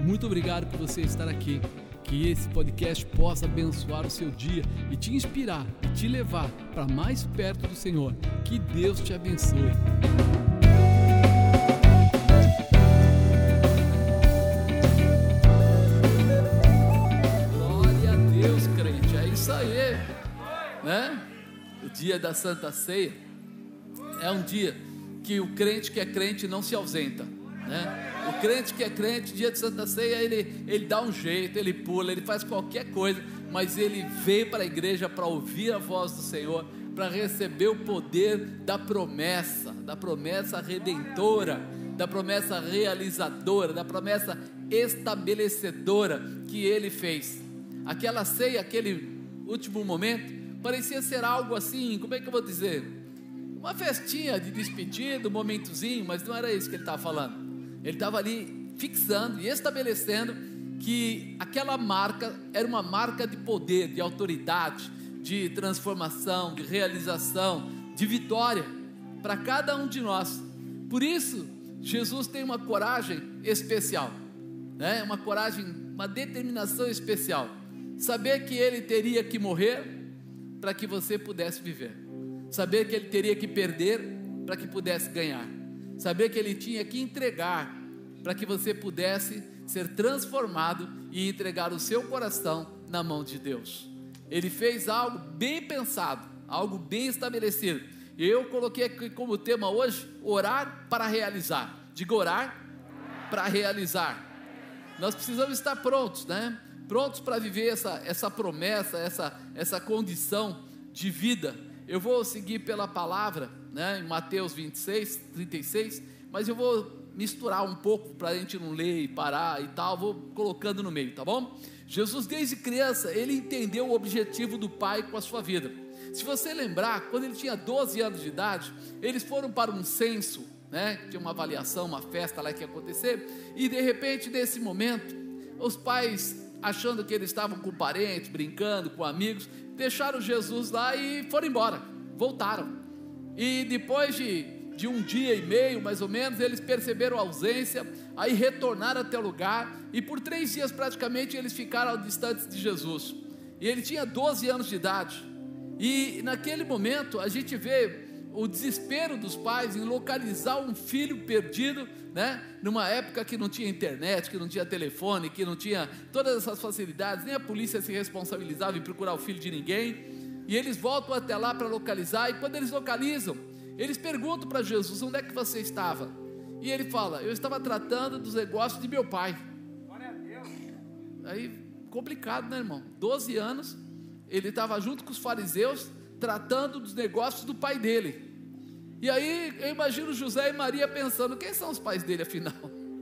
Muito obrigado por você estar aqui. Que esse podcast possa abençoar o seu dia e te inspirar e te levar para mais perto do Senhor. Que Deus te abençoe. Glória a Deus, crente. É isso aí, né? O dia da Santa Ceia é um dia que o crente que é crente não se ausenta, né? O crente que é crente, dia de Santa Ceia, ele dá um jeito, ele pula, ele faz qualquer coisa, mas ele veio para a igreja para ouvir a voz do Senhor, para receber o poder da promessa redentora, da promessa realizadora, da promessa estabelecedora que ele fez. Aquela ceia, aquele último momento, parecia ser algo assim, como é que eu vou dizer? Uma festinha de despedida, um momentozinho, mas não era isso que ele estava falando. Ele estava ali fixando e estabelecendo que aquela marca era uma marca de poder, de autoridade, de transformação, de realização, de vitória para cada um de nós. Por isso, Jesus tem uma coragem especial, né? Uma coragem, uma determinação especial. Saber que ele teria que morrer para que você pudesse viver. Saber que ele teria que perder para que pudesse ganhar. Saber que ele tinha que entregar para que você pudesse ser transformado e entregar o seu coração na mão de Deus. Ele fez algo bem pensado, algo bem estabelecido. Eu coloquei aqui como tema hoje, orar para realizar. Diga orar para realizar. Nós precisamos estar prontos, né? Prontos para viver essa promessa, essa condição de vida. Eu vou seguir pela palavra, né, em Mateus 26, 36, mas eu vou misturar um pouco para a gente não ler e parar e tal, vou colocando no meio, tá bom? Jesus desde criança, ele entendeu o objetivo do Pai com a sua vida. Se você lembrar, quando ele tinha 12 anos de idade, eles foram para um censo, né, tinha uma avaliação, uma festa lá que ia acontecer, e de repente nesse momento, os pais, achando que eles estavam com parentes, brincando com amigos, deixaram Jesus lá e foram embora, voltaram. E depois de um dia e meio, mais ou menos, eles perceberam a ausência, aí retornaram até o lugar, e por 3 dias praticamente eles ficaram distantes de Jesus. E ele tinha 12 anos de idade, e naquele momento a gente vê o desespero dos pais em localizar um filho perdido, né? Numa época que não tinha internet, que não tinha telefone, que não tinha todas essas facilidades, nem a polícia se responsabilizava em procurar o filho de ninguém, e eles voltam até lá para localizar, e quando eles localizam, eles perguntam para Jesus, onde é que você estava? E ele fala, eu estava tratando dos negócios de meu pai. Glória a Deus. Aí, complicado, né, irmão? 12 anos, ele estava junto com os fariseus, tratando dos negócios do pai dele. E aí eu imagino José e Maria pensando, quem são os pais dele afinal?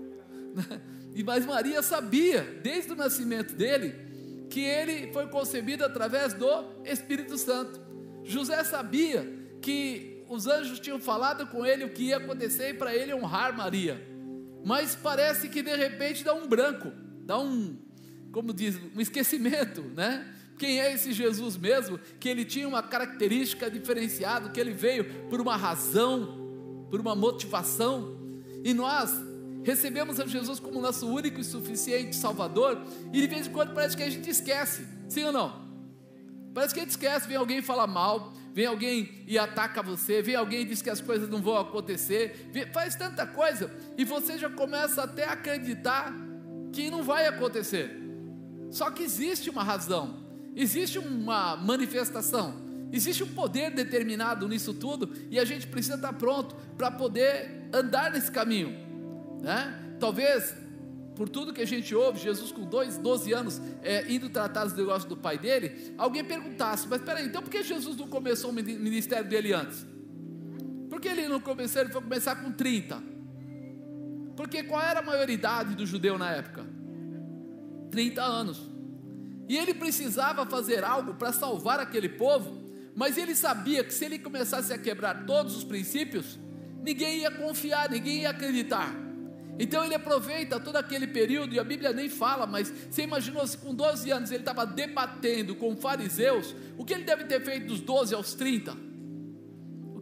Mas Maria sabia, desde o nascimento dele, que ele foi concebido através do Espírito Santo. José sabia que os anjos tinham falado com ele o que ia acontecer e para ele honrar Maria. Mas parece que de repente dá um branco, dá um, como diz, um esquecimento, né? Quem é esse Jesus mesmo? Que ele tinha uma característica diferenciada, que ele veio por uma razão, por uma motivação, e nós recebemos a Jesus como nosso único e suficiente Salvador, e de vez em quando parece que a gente esquece, sim ou não? Parece que a gente esquece, vem alguém falar mal, vem alguém e ataca você, vem alguém e diz que as coisas não vão acontecer, faz tanta coisa, e você já começa até a acreditar que não vai acontecer. Só que existe uma razão, existe uma manifestação, existe um poder determinado nisso tudo, e a gente precisa estar pronto para poder andar nesse caminho, né? Talvez, por tudo que a gente ouve, Jesus com 12 anos, indo tratar os negócios do pai dele, alguém perguntasse, mas peraí, então por que Jesus não começou o ministério dele antes? Por que ele não começou, ele foi começar com 30? Porque qual era a maioridade do judeu na época? 30 anos. E ele precisava fazer algo para salvar aquele povo, mas ele sabia que se ele começasse a quebrar todos os princípios, ninguém ia confiar, ninguém ia acreditar. Então ele aproveita todo aquele período, e a Bíblia nem fala, mas você imaginou se com 12 anos ele estava debatendo com fariseus, o que ele deve ter feito dos 12 aos 30? O que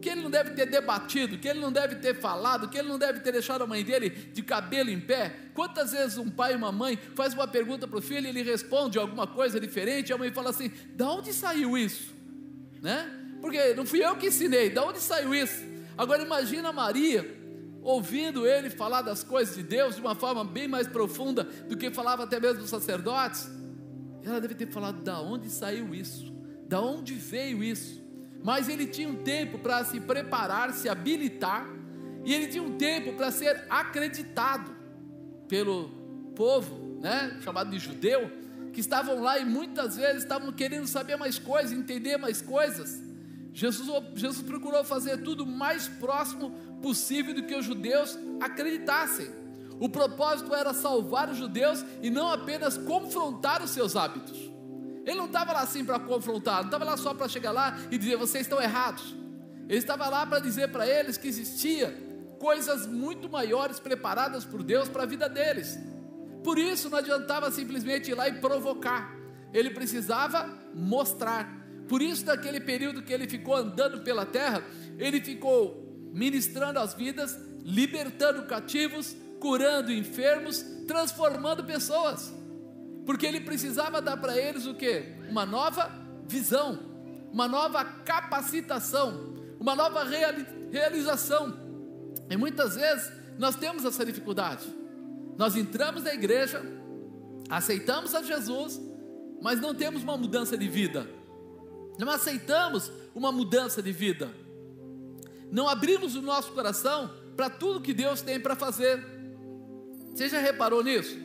que ele não deve ter debatido, que ele não deve ter falado, que ele não deve ter deixado a mãe dele de cabelo em pé. Quantas vezes um pai e uma mãe faz uma pergunta para o filho e ele responde alguma coisa diferente, e a mãe fala assim: da onde saiu isso? Né? Porque não fui eu que ensinei, da onde saiu isso? Agora imagina Maria ouvindo ele falar das coisas de Deus de uma forma bem mais profunda do que falava até mesmo os sacerdotes. Ela deve ter falado: da onde saiu isso? Da onde veio isso? Mas ele tinha um tempo para se preparar, se habilitar, e ele tinha um tempo para ser acreditado pelo povo, né, chamado de judeu, que estavam lá e muitas vezes estavam querendo saber mais coisas, entender mais coisas. Jesus procurou fazer tudo o mais próximo possível do que os judeus acreditassem. O propósito era salvar os judeus e não apenas confrontar os seus hábitos. Ele não estava lá assim para confrontar, não estava lá só para chegar lá e dizer: vocês estão errados. Ele estava lá para dizer para eles que existia coisas muito maiores preparadas por Deus para a vida deles. Por isso não adiantava simplesmente ir lá e provocar, ele precisava mostrar. Por isso, naquele período que ele ficou andando pela terra, ele ficou ministrando as vidas, libertando cativos, curando enfermos, transformando pessoas, porque ele precisava dar para eles o quê? Uma nova visão, uma nova capacitação, uma nova realização. E muitas vezes nós temos essa dificuldade. Nós entramos na igreja, aceitamos a Jesus, mas não temos uma mudança de vida. Não aceitamos uma mudança de vida. Não abrimos o nosso coração para tudo que Deus tem para fazer. Você já reparou nisso?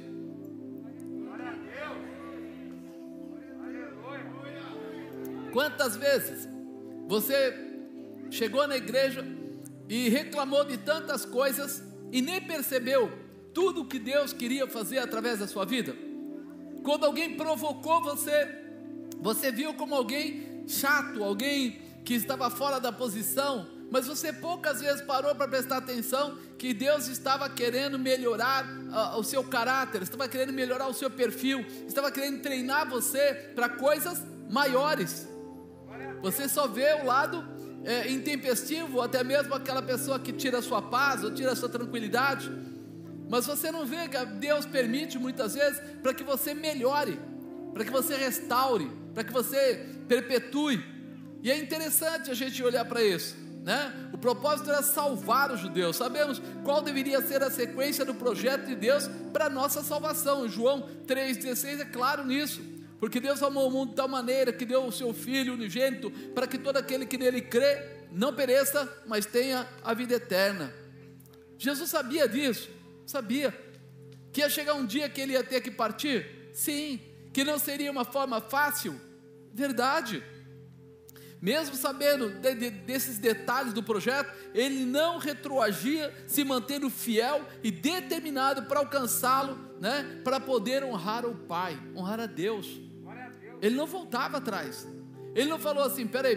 Quantas vezes você chegou na igreja e reclamou de tantas coisas e nem percebeu tudo o que Deus queria fazer através da sua vida? Quando alguém provocou você, você viu como alguém chato, alguém que estava fora da posição, mas você poucas vezes parou para prestar atenção que Deus estava querendo melhorar o seu caráter, estava querendo melhorar o seu perfil, estava querendo treinar você para coisas maiores. Você só vê o lado intempestivo, até mesmo aquela pessoa que tira a sua paz ou tira a sua tranquilidade, mas você não vê que Deus permite muitas vezes para que você melhore, para que você restaure, para que você perpetue. E é interessante a gente olhar para isso, né? O propósito era salvar os judeus. Sabemos qual deveria ser a sequência do projeto de Deus para a nossa salvação. João 3,16 é claro nisso. Porque Deus amou o mundo de tal maneira que deu o seu Filho unigênito, para que todo aquele que nele crê não pereça, mas tenha a vida eterna. Jesus sabia disso, sabia que ia chegar um dia que ele ia ter que partir, sim, que não seria uma forma fácil, verdade. Mesmo sabendo desses detalhes do projeto, ele não retroagia, se mantendo fiel e determinado para alcançá-lo, né? Para poder honrar o Pai, honrar a Deus. Ele não voltava atrás. Ele não falou assim: peraí,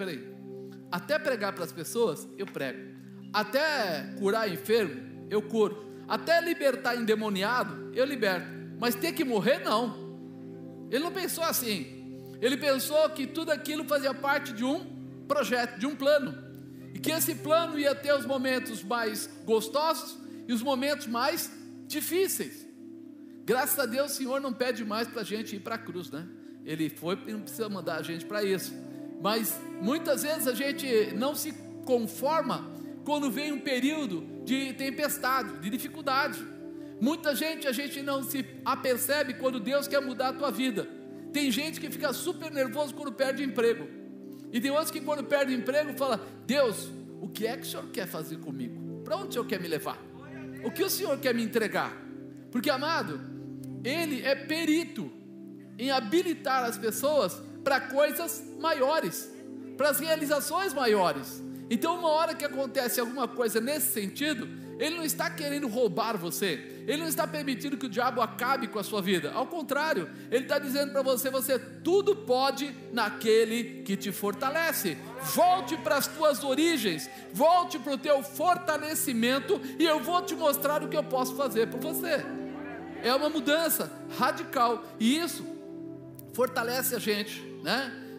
até pregar para as pessoas, eu prego, até curar enfermo, eu curo, até libertar endemoniado, eu liberto, mas ter que morrer, não. Ele não pensou assim. Ele pensou que tudo aquilo fazia parte de um projeto, de um plano, e que esse plano ia ter os momentos mais gostosos e os momentos mais difíceis. Graças a Deus o Senhor não pede mais para a gente ir para a cruz, né? Ele foi e não precisa mandar a gente para isso. Mas muitas vezes a gente não se conforma quando vem um período de tempestade, de dificuldade. Muita gente, a gente não se apercebe quando Deus quer mudar a tua vida. Tem gente que fica super nervoso quando perde emprego, e tem outros que quando perde emprego fala: Deus, o que é que o Senhor quer fazer comigo? Para onde o Senhor quer me levar? O que o Senhor quer me entregar? Porque, amado, Ele é perito em habilitar as pessoas para coisas maiores, para as realizações maiores. Então uma hora que acontece alguma coisa nesse sentido, Ele não está querendo roubar você, Ele não está permitindo que o diabo acabe com a sua vida. Ao contrário, Ele está dizendo para você: você tudo pode naquele que te fortalece. Volte para as tuas origens, volte para o teu fortalecimento, e eu vou te mostrar o que eu posso fazer por você. É uma mudança radical, e isso fortalece a gente, né?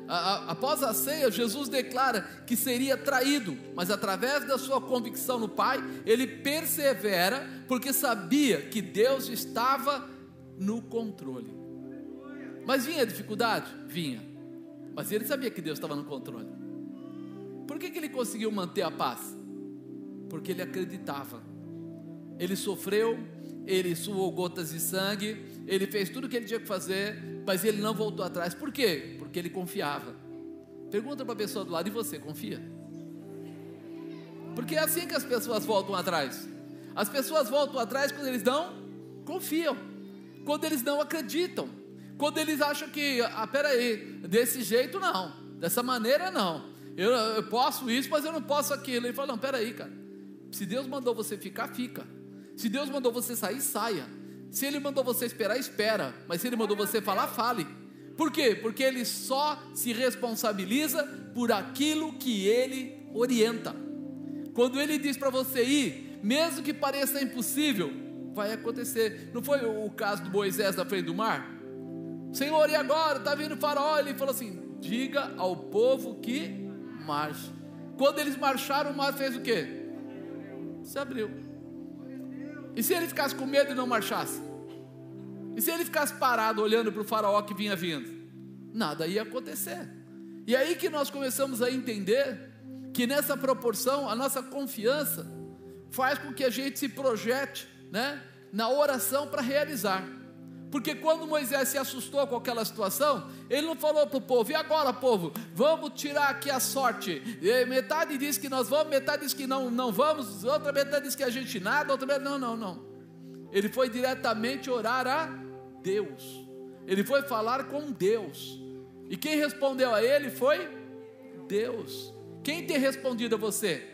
Após a ceia, Jesus declara que seria traído, mas através da sua convicção no Pai, ele persevera, porque sabia que Deus estava no controle. Mas vinha a dificuldade? Vinha. Mas ele sabia que Deus estava no controle. Por que ele conseguiu manter a paz? Porque ele acreditava. Ele sofreu, ele suou gotas de sangue, ele fez tudo o que ele tinha que fazer, mas ele não voltou atrás. Por quê? Porque ele confiava. Pergunta para a pessoa do lado: e você confia? Porque é assim que as pessoas voltam atrás. As pessoas voltam atrás quando eles não confiam, quando eles não acreditam, quando eles acham que, peraí, desse jeito não, dessa maneira não, eu posso isso, mas eu não posso aquilo. Ele fala: não, peraí, cara, se Deus mandou você ficar, fica. Se Deus mandou você sair, saia. Se Ele mandou você esperar, espera. Mas se Ele mandou você falar, fale. Por quê? Porque Ele só se responsabiliza por aquilo que Ele orienta. Quando Ele diz para você ir, mesmo que pareça impossível, vai acontecer. Não foi o caso do Moisés na frente do mar? Senhor, e agora? Está vindo o faraó. Ele falou assim: diga ao povo que marche. Quando eles marcharam, o mar fez o quê? Se abriu. E se ele ficasse com medo e não marchasse? E se ele ficasse parado olhando para o faraó que vinha vindo? Nada ia acontecer. E aí que nós começamos a entender que nessa proporção a nossa confiança faz com que a gente se projete, né, na oração para realizar. Porque quando Moisés se assustou com aquela situação, ele não falou para o povo: e agora, povo, vamos tirar aqui a sorte, metade diz que nós vamos, metade diz que não vamos, outra metade diz que a gente nada, outra metade, não, ele foi diretamente orar a Deus, ele foi falar com Deus, e quem respondeu a ele foi Deus. Quem tem respondido a você?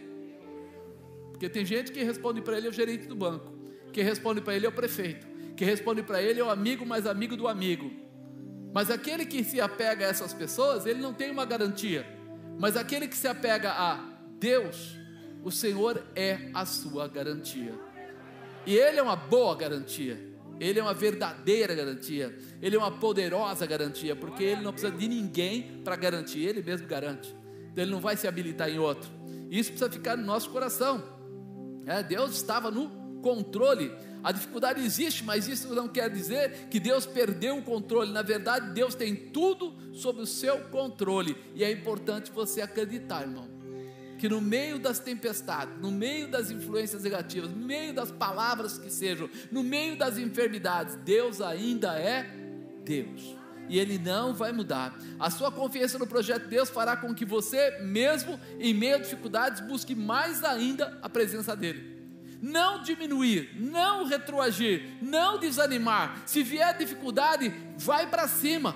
Porque tem gente que responde para ele é o gerente do banco, quem responde para ele é o prefeito, que responde para ele é o amigo mais amigo do amigo. Mas aquele que se apega a essas pessoas, ele não tem uma garantia. Mas aquele que se apega a Deus, o Senhor é a sua garantia. E Ele é uma boa garantia, Ele é uma verdadeira garantia, Ele é uma poderosa garantia, porque Ele não precisa de ninguém para garantir, Ele mesmo garante. Então Ele não vai se habilitar em outro. Isso precisa ficar no nosso coração. Deus estava no controle. A dificuldade existe, mas isso não quer dizer que Deus perdeu o controle. Na verdade, Deus tem tudo sob o seu controle. E é importante você acreditar, irmão, que no meio das tempestades, no meio das influências negativas, no meio das palavras que sejam, no meio das enfermidades, Deus ainda é Deus. E Ele não vai mudar. A sua confiança no projeto de Deus fará com que você, mesmo em meio a dificuldades, busque mais ainda a presença dEle. Não diminuir, não retroagir, não desanimar. Se vier dificuldade, vai para cima.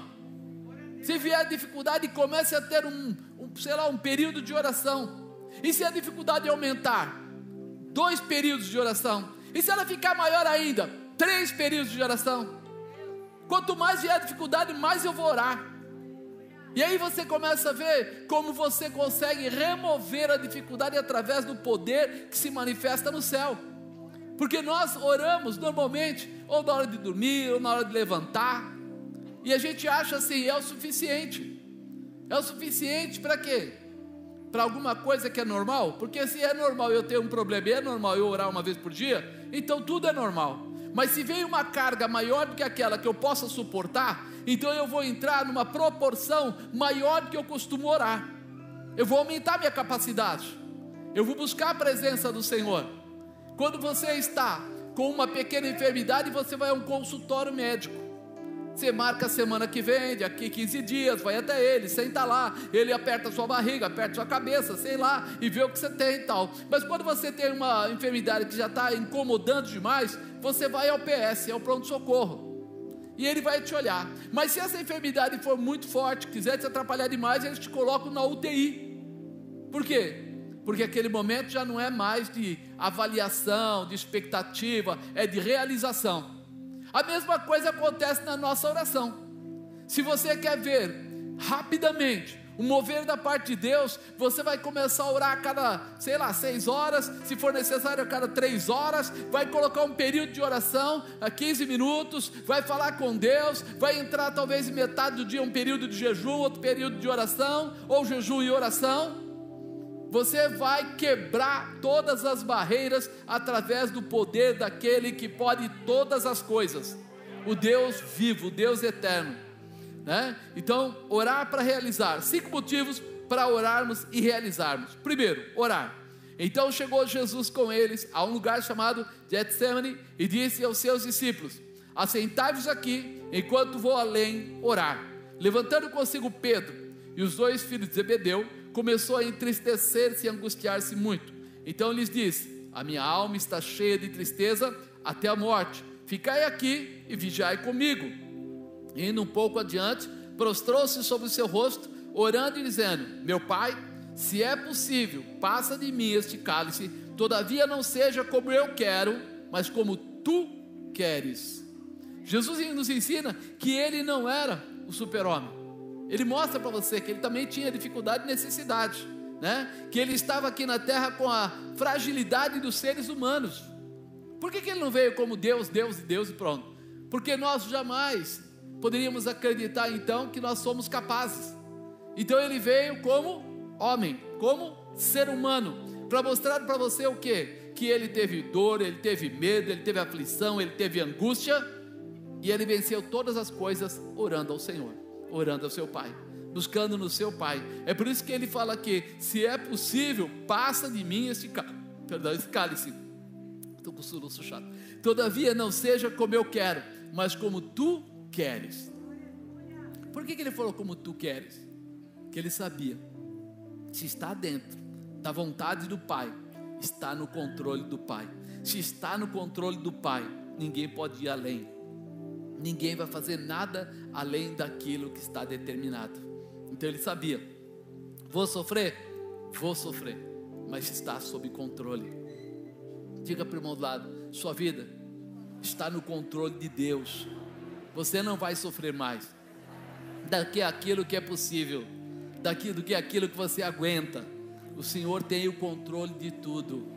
Se vier dificuldade, comece a ter um período de oração. E se a dificuldade aumentar, 2 períodos de oração. E se ela ficar maior ainda, 3 períodos de oração. Quanto mais vier a dificuldade, mais eu vou orar. E aí você começa a ver como você consegue remover a dificuldade através do poder que se manifesta no céu. Porque nós oramos normalmente, ou na hora de dormir, ou na hora de levantar, e a gente acha assim, é o suficiente. É o suficiente para quê? Para alguma coisa que é normal? Porque se é normal eu ter um problema e é normal eu orar uma vez por dia, então tudo é normal. Mas se vem uma carga maior do que aquela que eu possa suportar, então eu vou entrar numa proporção maior do que eu costumo orar. Eu vou aumentar minha capacidade. Eu vou buscar a presença do Senhor. Quando você está com uma pequena enfermidade, você vai a um consultório médico. Você marca a semana que vem, daqui 15 dias, vai até ele, senta lá, ele aperta a sua barriga, aperta a sua cabeça, sei lá, e vê o que você tem e tal. Mas quando você tem uma enfermidade que já está incomodando demais, você vai ao PS, ao pronto-socorro, e ele vai te olhar. Mas se essa enfermidade for muito forte, quiser te atrapalhar demais, eles te colocam na UTI. Por quê? Porque aquele momento já não é mais de avaliação, de expectativa, é de realização. A mesma coisa acontece na nossa oração. Se você quer ver rapidamente um mover da parte de Deus, você vai começar a orar a cada, 6 horas, se for necessário a cada 3 horas, vai colocar um período de oração, a 15 minutos, vai falar com Deus, vai entrar talvez em metade do dia um período de jejum, outro período de oração, ou jejum e oração. Você vai quebrar todas as barreiras através do poder daquele que pode todas as coisas, o Deus vivo, o Deus eterno, né? Então, orar para realizar. 5 motivos para orarmos e realizarmos. Primeiro, orar. Então chegou Jesus com eles a um lugar chamado Getsemane e disse aos seus discípulos: assentai-vos aqui enquanto vou além orar. Levantando consigo Pedro e os 2 filhos de Zebedeu, começou a entristecer-se e angustiar-se muito. Então lhes disse: a minha alma está cheia de tristeza até a morte, ficai aqui e vigiai comigo. Indo um pouco adiante, prostrou-se sobre o seu rosto, orando e dizendo: meu Pai, se é possível, passa de mim este cálice, todavia não seja como eu quero, mas como tu queres. Jesus nos ensina que ele não era o super-homem. Ele mostra para você que ele também tinha dificuldade e necessidade, né? Que ele estava aqui na terra com a fragilidade dos seres humanos. Por que ele não veio como Deus, Deus e Deus e pronto? Porque nós jamais poderíamos acreditar então que nós somos capazes. Então ele veio como homem, como ser humano, para mostrar para você o quê? Que ele teve dor, ele teve medo, ele teve aflição, ele teve angústia, e ele venceu todas as coisas orando ao Senhor, orando ao seu Pai, buscando no seu Pai. É por isso que ele fala aqui: se é possível, passa de mim esse cálice. Estou com o soluço chato. Todavia não seja como eu quero, mas como tu queres. Por que ele falou como tu queres? Que ele sabia, se está dentro da vontade do Pai, está no controle do Pai. Se está no controle do Pai, ninguém pode ir além, ninguém vai fazer nada além daquilo que está determinado. Então ele sabia: vou sofrer, mas está sob controle. Diga para o irmão do lado: sua vida está no controle de Deus. Você não vai sofrer mais daqui aquilo que é possível, do que aquilo que você aguenta. O Senhor tem o controle de tudo.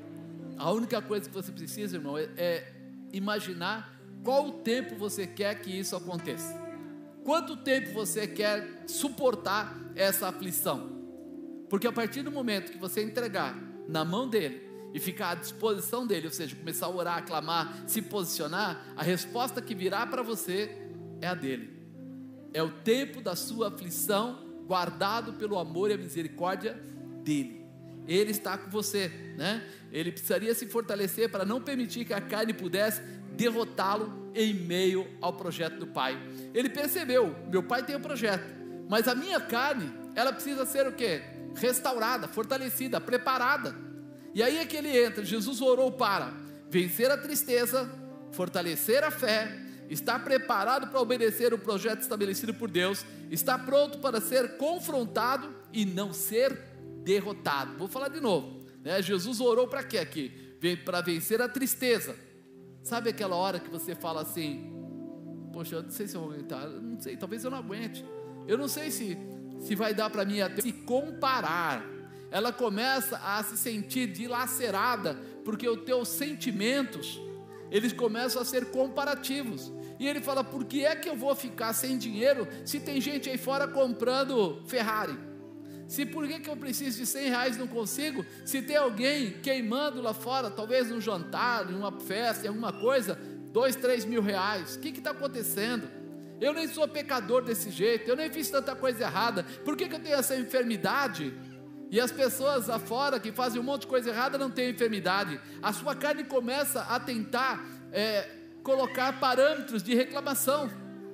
A única coisa que você precisa, irmão, é imaginar qual o tempo você quer que isso aconteça. Quanto tempo você quer suportar essa aflição? Porque a partir do momento que você entregar na mão dele e ficar à disposição dele, ou seja, começar a orar, a clamar, se posicionar, a resposta que virá para você é a dele. É o tempo da sua aflição guardado pelo amor e a misericórdia dele. Ele está com você, né? Ele precisaria se fortalecer para não permitir que a carne pudesse derrotá-lo em meio ao projeto do Pai. Ele percebeu: meu Pai tem um projeto, mas a minha carne, ela precisa ser o quê? Restaurada, fortalecida, preparada. E aí é que ele entra. Jesus orou para vencer a tristeza, fortalecer a fé, estar preparado para obedecer o projeto estabelecido por Deus, estar pronto para ser confrontado e não ser derrotado. Vou falar de novo, né? Jesus orou para quê aqui? Para vencer a tristeza. Sabe aquela hora que você fala assim: poxa, eu não sei se eu vou aguentar, eu não sei, talvez eu não aguente, eu não sei se vai dar para mim até se comparar. Ela começa a se sentir dilacerada, porque os teus sentimentos, eles começam a ser comparativos. E ele fala: por que é que eu vou ficar sem dinheiro, se tem gente aí fora comprando Ferrari? Por que eu preciso de 100 reais e não consigo? Se tem alguém queimando lá fora, talvez num jantar, em uma festa, em alguma coisa, 2, 3 mil reais, o que está acontecendo? Eu nem sou pecador desse jeito, eu nem fiz tanta coisa errada, por que eu tenho essa enfermidade? E as pessoas lá fora que fazem um monte de coisa errada não têm enfermidade. A sua carne começa a tentar colocar parâmetros de reclamação,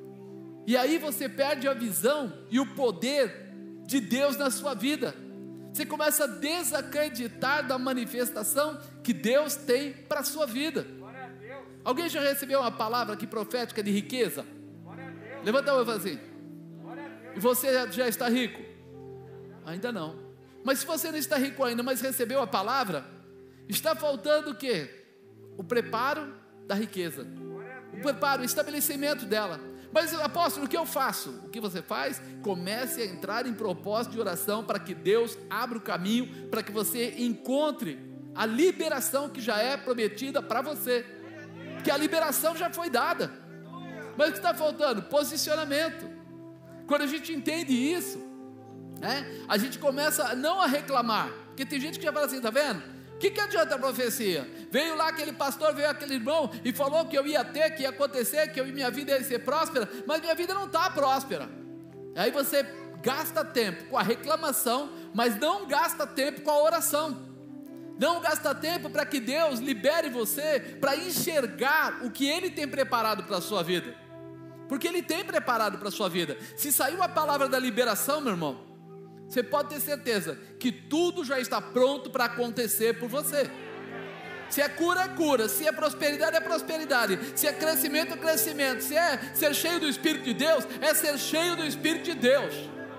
e aí você perde a visão e o poder de Deus na sua vida. Você começa a desacreditar da manifestação que Deus tem para a sua vida. Alguém já recebeu uma palavra aqui profética de riqueza? Levanta a mão e fala assim: e você já está rico? Ainda não. Mas se você não está rico ainda, mas recebeu a palavra, está faltando o quê? O preparo da riqueza, o preparo, o estabelecimento dela. Mas apóstolo, o que eu faço? O que você faz? Comece a entrar em propósito de oração para que Deus abra o caminho, para que você encontre a liberação que já é prometida para você, que a liberação já foi dada. Mas o que está faltando? Posicionamento. Quando a gente entende isso, a gente começa não a reclamar, porque tem gente que já fala assim, tá vendo? O que adianta a profecia? Veio lá aquele pastor, veio aquele irmão e falou que eu ia ter, que ia acontecer, que minha vida ia ser próspera, mas minha vida não está próspera. Aí você gasta tempo com a reclamação, mas não gasta tempo com a oração. Não gasta tempo para que Deus libere você para enxergar o que Ele tem preparado para a sua vida. Porque Ele tem preparado para a sua vida. Se saiu a palavra da liberação, meu irmão, você pode ter certeza que tudo já está pronto para acontecer por você. Se é cura, é cura. Se é prosperidade, é prosperidade. Se é crescimento, é crescimento. Se é ser cheio do Espírito de Deus, é ser cheio do Espírito de Deus.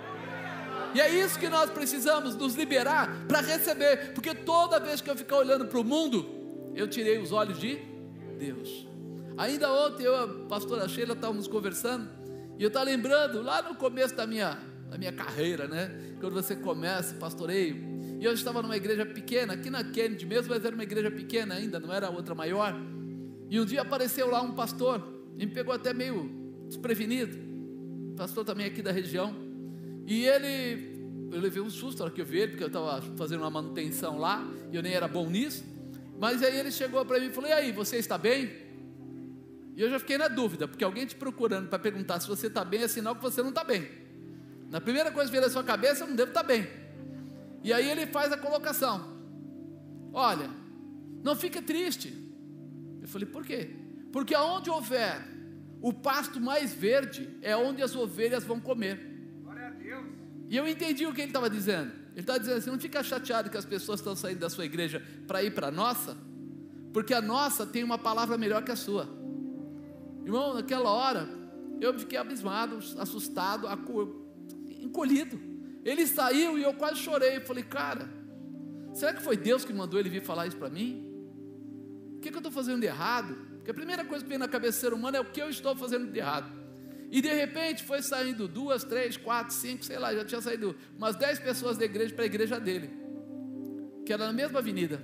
E é isso que nós precisamos nos liberar para receber. Porque toda vez que eu ficar olhando para o mundo, eu tirei os olhos de Deus. Ainda ontem eu e a pastora Sheila estávamos conversando, e eu estava lembrando lá no começo da minha carreira, né? Quando você começa, pastoreio. E eu estava numa igreja pequena, aqui na Kennedy mesmo, mas era uma igreja pequena ainda, não era outra maior. E um dia apareceu lá um pastor, e me pegou até meio desprevenido, pastor também aqui da região. E eu levei um susto na hora que eu vi ele, porque eu estava fazendo uma manutenção lá, e eu nem era bom nisso. Mas aí ele chegou para mim e falou, e aí, você está bem? E eu já fiquei na dúvida, porque alguém te procurando para perguntar se você está bem, é sinal que você não está bem. Na primeira coisa que veio na sua cabeça, eu não devo estar bem. E aí ele faz a colocação, olha, não fique triste. Eu falei, por quê? Porque aonde houver o pasto mais verde, é onde as ovelhas vão comer. Glória a Deus. E eu entendi o que ele estava dizendo. Ele estava dizendo assim, não fica chateado que as pessoas estão saindo da sua igreja para ir para a nossa, porque a nossa tem uma palavra melhor que a sua. Irmão, naquela hora, eu fiquei abismado, assustado, encolhido. Ele saiu e eu quase chorei. Eu falei, cara, será que foi Deus que mandou ele vir falar isso para mim? O que eu estou fazendo de errado? Porque a primeira coisa que vem na cabeça do ser humano é o que eu estou fazendo de errado. E de repente foi saindo 2, 3, 4, 5, sei lá, já tinha saído umas 10 pessoas da igreja para a igreja dele, que era na mesma avenida.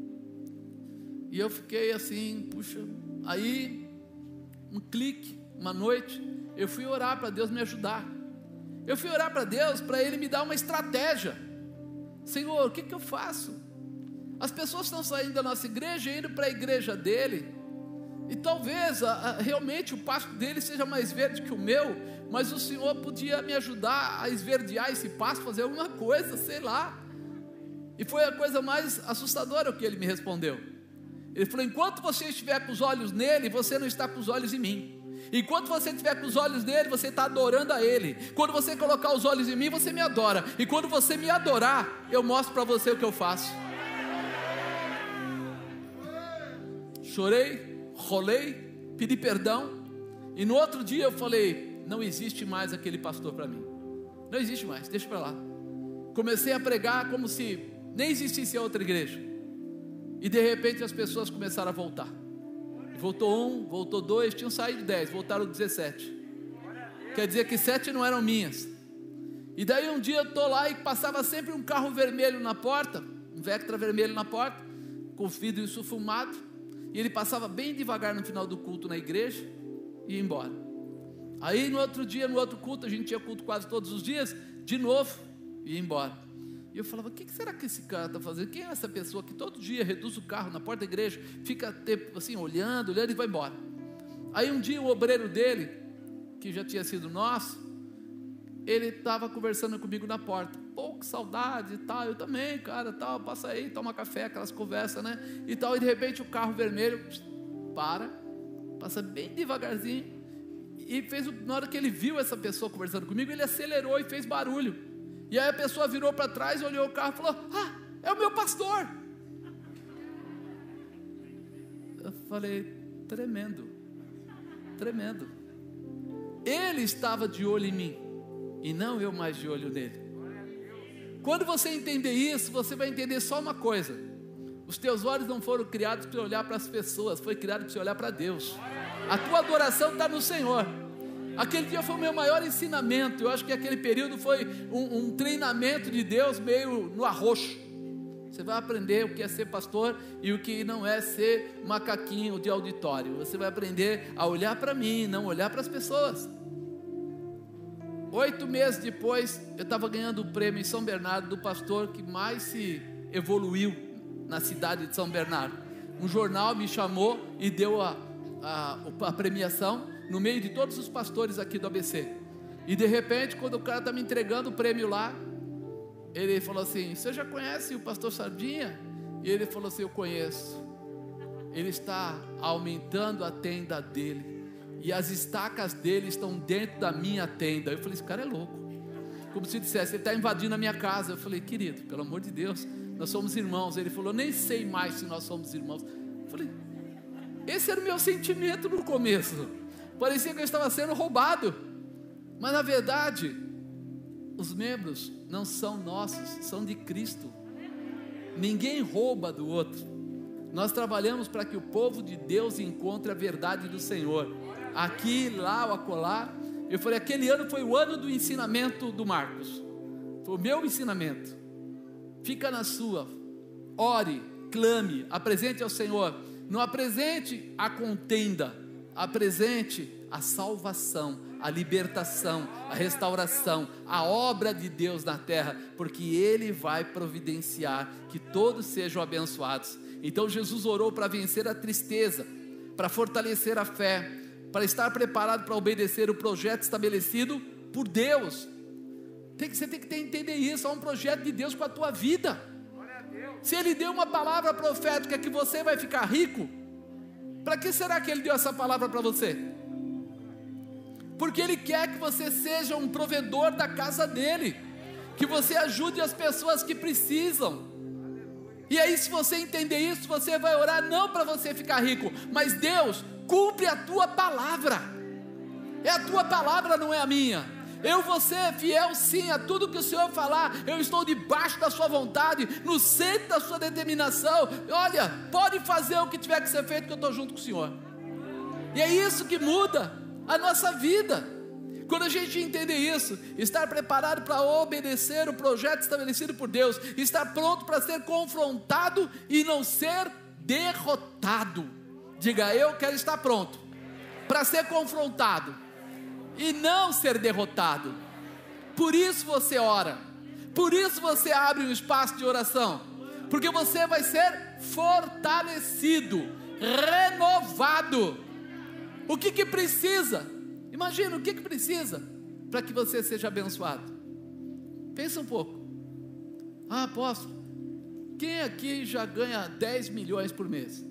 E eu fiquei assim, puxa. Aí, um clique, uma noite, eu fui orar para Deus me ajudar. Eu fui orar para Deus, para Ele me dar uma estratégia. Senhor, o que eu faço? As pessoas estão saindo da nossa igreja, indo para a igreja dele, e talvez realmente o pasto dele seja mais verde que o meu, mas o Senhor podia me ajudar a esverdear esse pasto, fazer alguma coisa, sei lá. E foi a coisa mais assustadora o que ele me respondeu. Ele falou, enquanto você estiver com os olhos nele, você não está com os olhos em mim. Enquanto você estiver com os olhos nele, você está adorando a ele. Quando você colocar os olhos em mim, você me adora. E quando você me adorar, eu mostro para você o que eu faço. Chorei, rolei, pedi perdão. E no outro dia eu falei, não existe mais aquele pastor para mim. Não existe mais, deixa para lá. Comecei a pregar como se nem existisse a outra igreja. E de repente as pessoas começaram a voltar. Voltou 1, voltou 2, tinham saído 10, voltaram 17. Quer dizer que 7 não eram minhas. E daí um dia eu estou lá e passava sempre um carro vermelho na porta, um Vectra vermelho na porta, com vidro sulfumado, e ele passava bem devagar no final do culto na igreja e ia embora. Aí no outro dia, no outro culto, a gente tinha culto quase todos os dias, de novo, ia embora. E eu falava, o que será que esse cara está fazendo? Quem é essa pessoa que todo dia reduz o carro na porta da igreja, fica assim, olhando e vai embora? Aí um dia o obreiro dele, que já tinha sido nosso, ele estava conversando comigo na porta. Pô, que saudade e tal, eu também, cara, tal, passa aí, toma café, aquelas conversas, né? E tal, e de repente o carro vermelho passa bem devagarzinho, e na hora que ele viu essa pessoa conversando comigo, ele acelerou e fez barulho. E aí a pessoa virou para trás, olhou o carro e falou, é o meu pastor. Eu falei, tremendo. Ele estava de olho em mim, e não eu mais de olho nele. Quando você entender isso, você vai entender só uma coisa: os teus olhos não foram criados para olhar para as pessoas, foi criado para você olhar para Deus. A tua adoração está no Senhor. Aquele dia foi o meu maior ensinamento. Eu acho que aquele período foi um treinamento de Deus meio no arroxo. Você vai aprender o que é ser pastor e o que não é ser macaquinho de auditório. Você vai aprender a olhar para mim, não olhar para as pessoas. 8 meses depois, eu estava ganhando o prêmio em São Bernardo do pastor que mais se evoluiu na cidade de São Bernardo. Um jornal me chamou e deu a premiação no meio de todos os pastores aqui do ABC. E de repente, quando o cara está me entregando o prêmio lá, ele falou assim: você já conhece o pastor Sardinha? E ele falou assim: eu conheço. Ele está aumentando a tenda dele, e as estacas dele estão dentro da minha tenda. Eu falei: esse cara é louco. Como se dissesse: ele está invadindo a minha casa. Eu falei: querido, pelo amor de Deus, nós somos irmãos. Ele falou: nem sei mais se nós somos irmãos. Eu falei: esse era o meu sentimento no começo. Parecia que eu estava sendo roubado, mas na verdade os membros não são nossos, são de Cristo. Ninguém rouba do outro. Nós trabalhamos para que o povo de Deus encontre a verdade do Senhor. Aqui, lá ou acolá. Eu falei: aquele ano foi o ano do ensinamento do Marcos. Foi o meu ensinamento. Fica na sua. Ore, clame, apresente ao Senhor. Não apresente a contenda, apresente a salvação, a libertação, a restauração, a obra de Deus na terra, porque Ele vai providenciar que todos sejam abençoados. Então Jesus orou para vencer a tristeza, para fortalecer a fé, para estar preparado para obedecer o projeto estabelecido por Deus. Você tem que entender isso. Há um projeto de Deus com a tua vida. Se Ele deu uma palavra profética que você vai ficar rico, para que será que Ele deu essa palavra para você? Porque Ele quer que você seja um provedor da casa dEle, que você ajude as pessoas que precisam. E aí, se você entender isso, você vai orar não para você ficar rico, mas Deus, cumpre a tua palavra. É a tua palavra, não é a minha. Eu vou ser fiel sim a tudo que o Senhor falar. Eu estou debaixo da sua vontade, no centro da sua determinação. Olha, pode fazer o que tiver que ser feito, que eu estou junto com o Senhor. E é isso que muda a nossa vida. Quando a gente entender isso, estar preparado para obedecer o projeto estabelecido por Deus, estar pronto para ser confrontado e não ser derrotado. Diga: eu quero estar pronto para ser confrontado e não ser derrotado. Por isso você ora, por isso você abre um espaço de oração, porque você vai ser fortalecido, renovado. O que precisa? Imagina o que precisa para que você seja abençoado. Pensa um pouco. Ah, apóstolo, quem aqui já ganha 10 milhões por mês?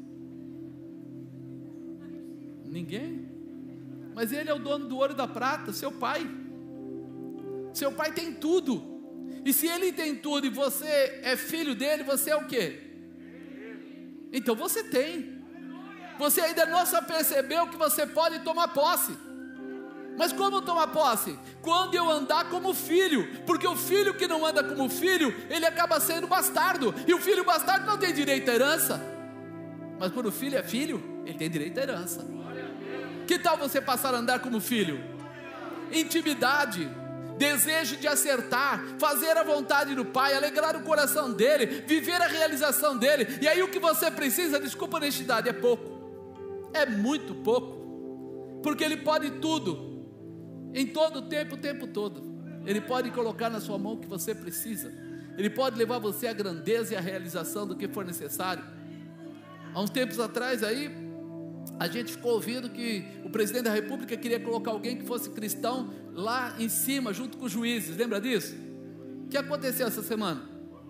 Ninguém? Mas Ele é o dono do ouro e da prata, seu pai. Seu pai tem tudo. E se Ele tem tudo e você é filho dele, você é o quê? Então você tem. Você ainda não só percebeu que você pode tomar posse. Mas como tomar posse? Quando eu andar como filho. Porque o filho que não anda como filho, ele acaba sendo bastardo. E o filho bastardo não tem direito à herança. Mas quando o filho é filho, ele tem direito à herança. Que tal você passar a andar como filho? Intimidade, desejo de acertar, fazer a vontade do Pai, alegrar o coração dele, viver a realização dele. E aí o que você precisa, desculpa a honestidade, é pouco. É muito pouco. Porque Ele pode tudo, em todo o tempo todo. Ele pode colocar na sua mão o que você precisa. Ele pode levar você à grandeza e à realização do que for necessário. Há uns tempos atrás aí, a gente ficou ouvindo que o presidente da república queria colocar alguém que fosse cristão lá em cima, junto com os juízes. Lembra disso? O que aconteceu essa semana?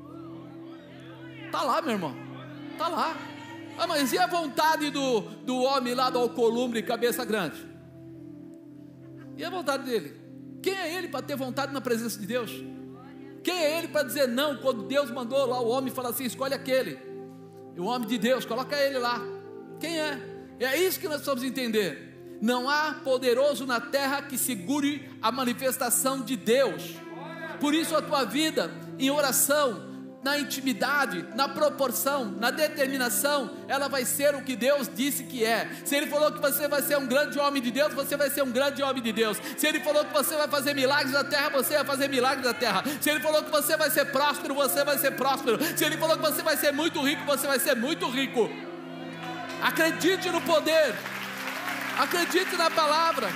Está lá, meu irmão. Está lá. Ah, mas e a vontade do homem lá do Alcolumbre, cabeça grande? E a vontade dele? Quem é ele para ter vontade na presença de Deus? Quem é ele para dizer não, quando Deus mandou lá o homem falar assim: escolhe aquele, o homem de Deus, coloca ele lá? Quem é? É isso que nós precisamos entender. Não há poderoso na terra que segure a manifestação de Deus. Por isso a tua vida em oração, na intimidade, na proporção, na determinação, ela vai ser o que Deus disse que é. Se Ele falou que você vai ser um grande homem de Deus, você vai ser um grande homem de Deus. Se Ele falou que você vai fazer milagres na terra, você vai fazer milagres na terra. Se Ele falou que você vai ser próspero, você vai ser próspero. Se Ele falou que você vai ser muito rico, você vai ser muito rico. Acredite no poder, acredite na palavra.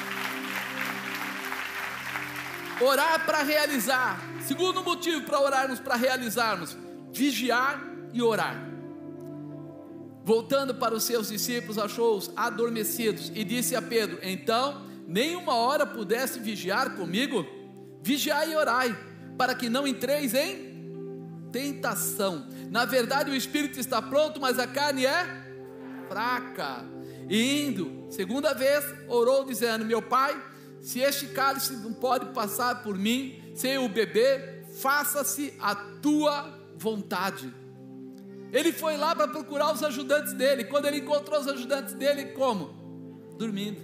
Orar para realizar. Segundo motivo para orarmos, para realizarmos: vigiar e orar. Voltando para os seus discípulos, achou-os adormecidos e disse a Pedro: então, nem uma hora pudesse vigiar comigo? Vigiai e orai, para que não entreis em tentação. Na verdade o espírito está pronto, mas a carne é fraca. E indo, segunda vez, orou dizendo: meu Pai, se este cálice não pode passar por mim sem eu beber, faça-se a tua vontade. Ele foi lá para procurar os ajudantes dele. Quando ele encontrou os ajudantes dele, como? Dormindo.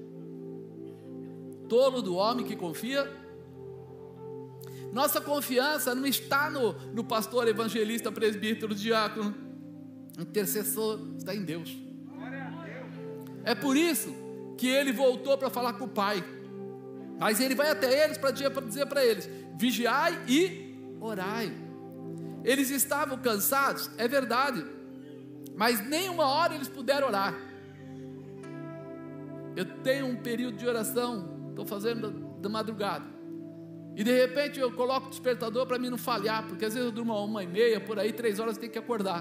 Tolo do homem que confia. Nossa confiança não está no pastor, evangelista, presbítero, diácono, intercessor, está em Deus. É por isso que ele voltou para falar com o Pai. Mas ele vai até eles para dizer para eles: vigiai e orai. Eles estavam cansados, é verdade, mas nem uma hora eles puderam orar. Eu tenho um período de oração, estou fazendo da madrugada, e de repente eu coloco o despertador para mim não falhar, porque às vezes eu durmo 1h30, por aí 3 horas eu tenho que acordar.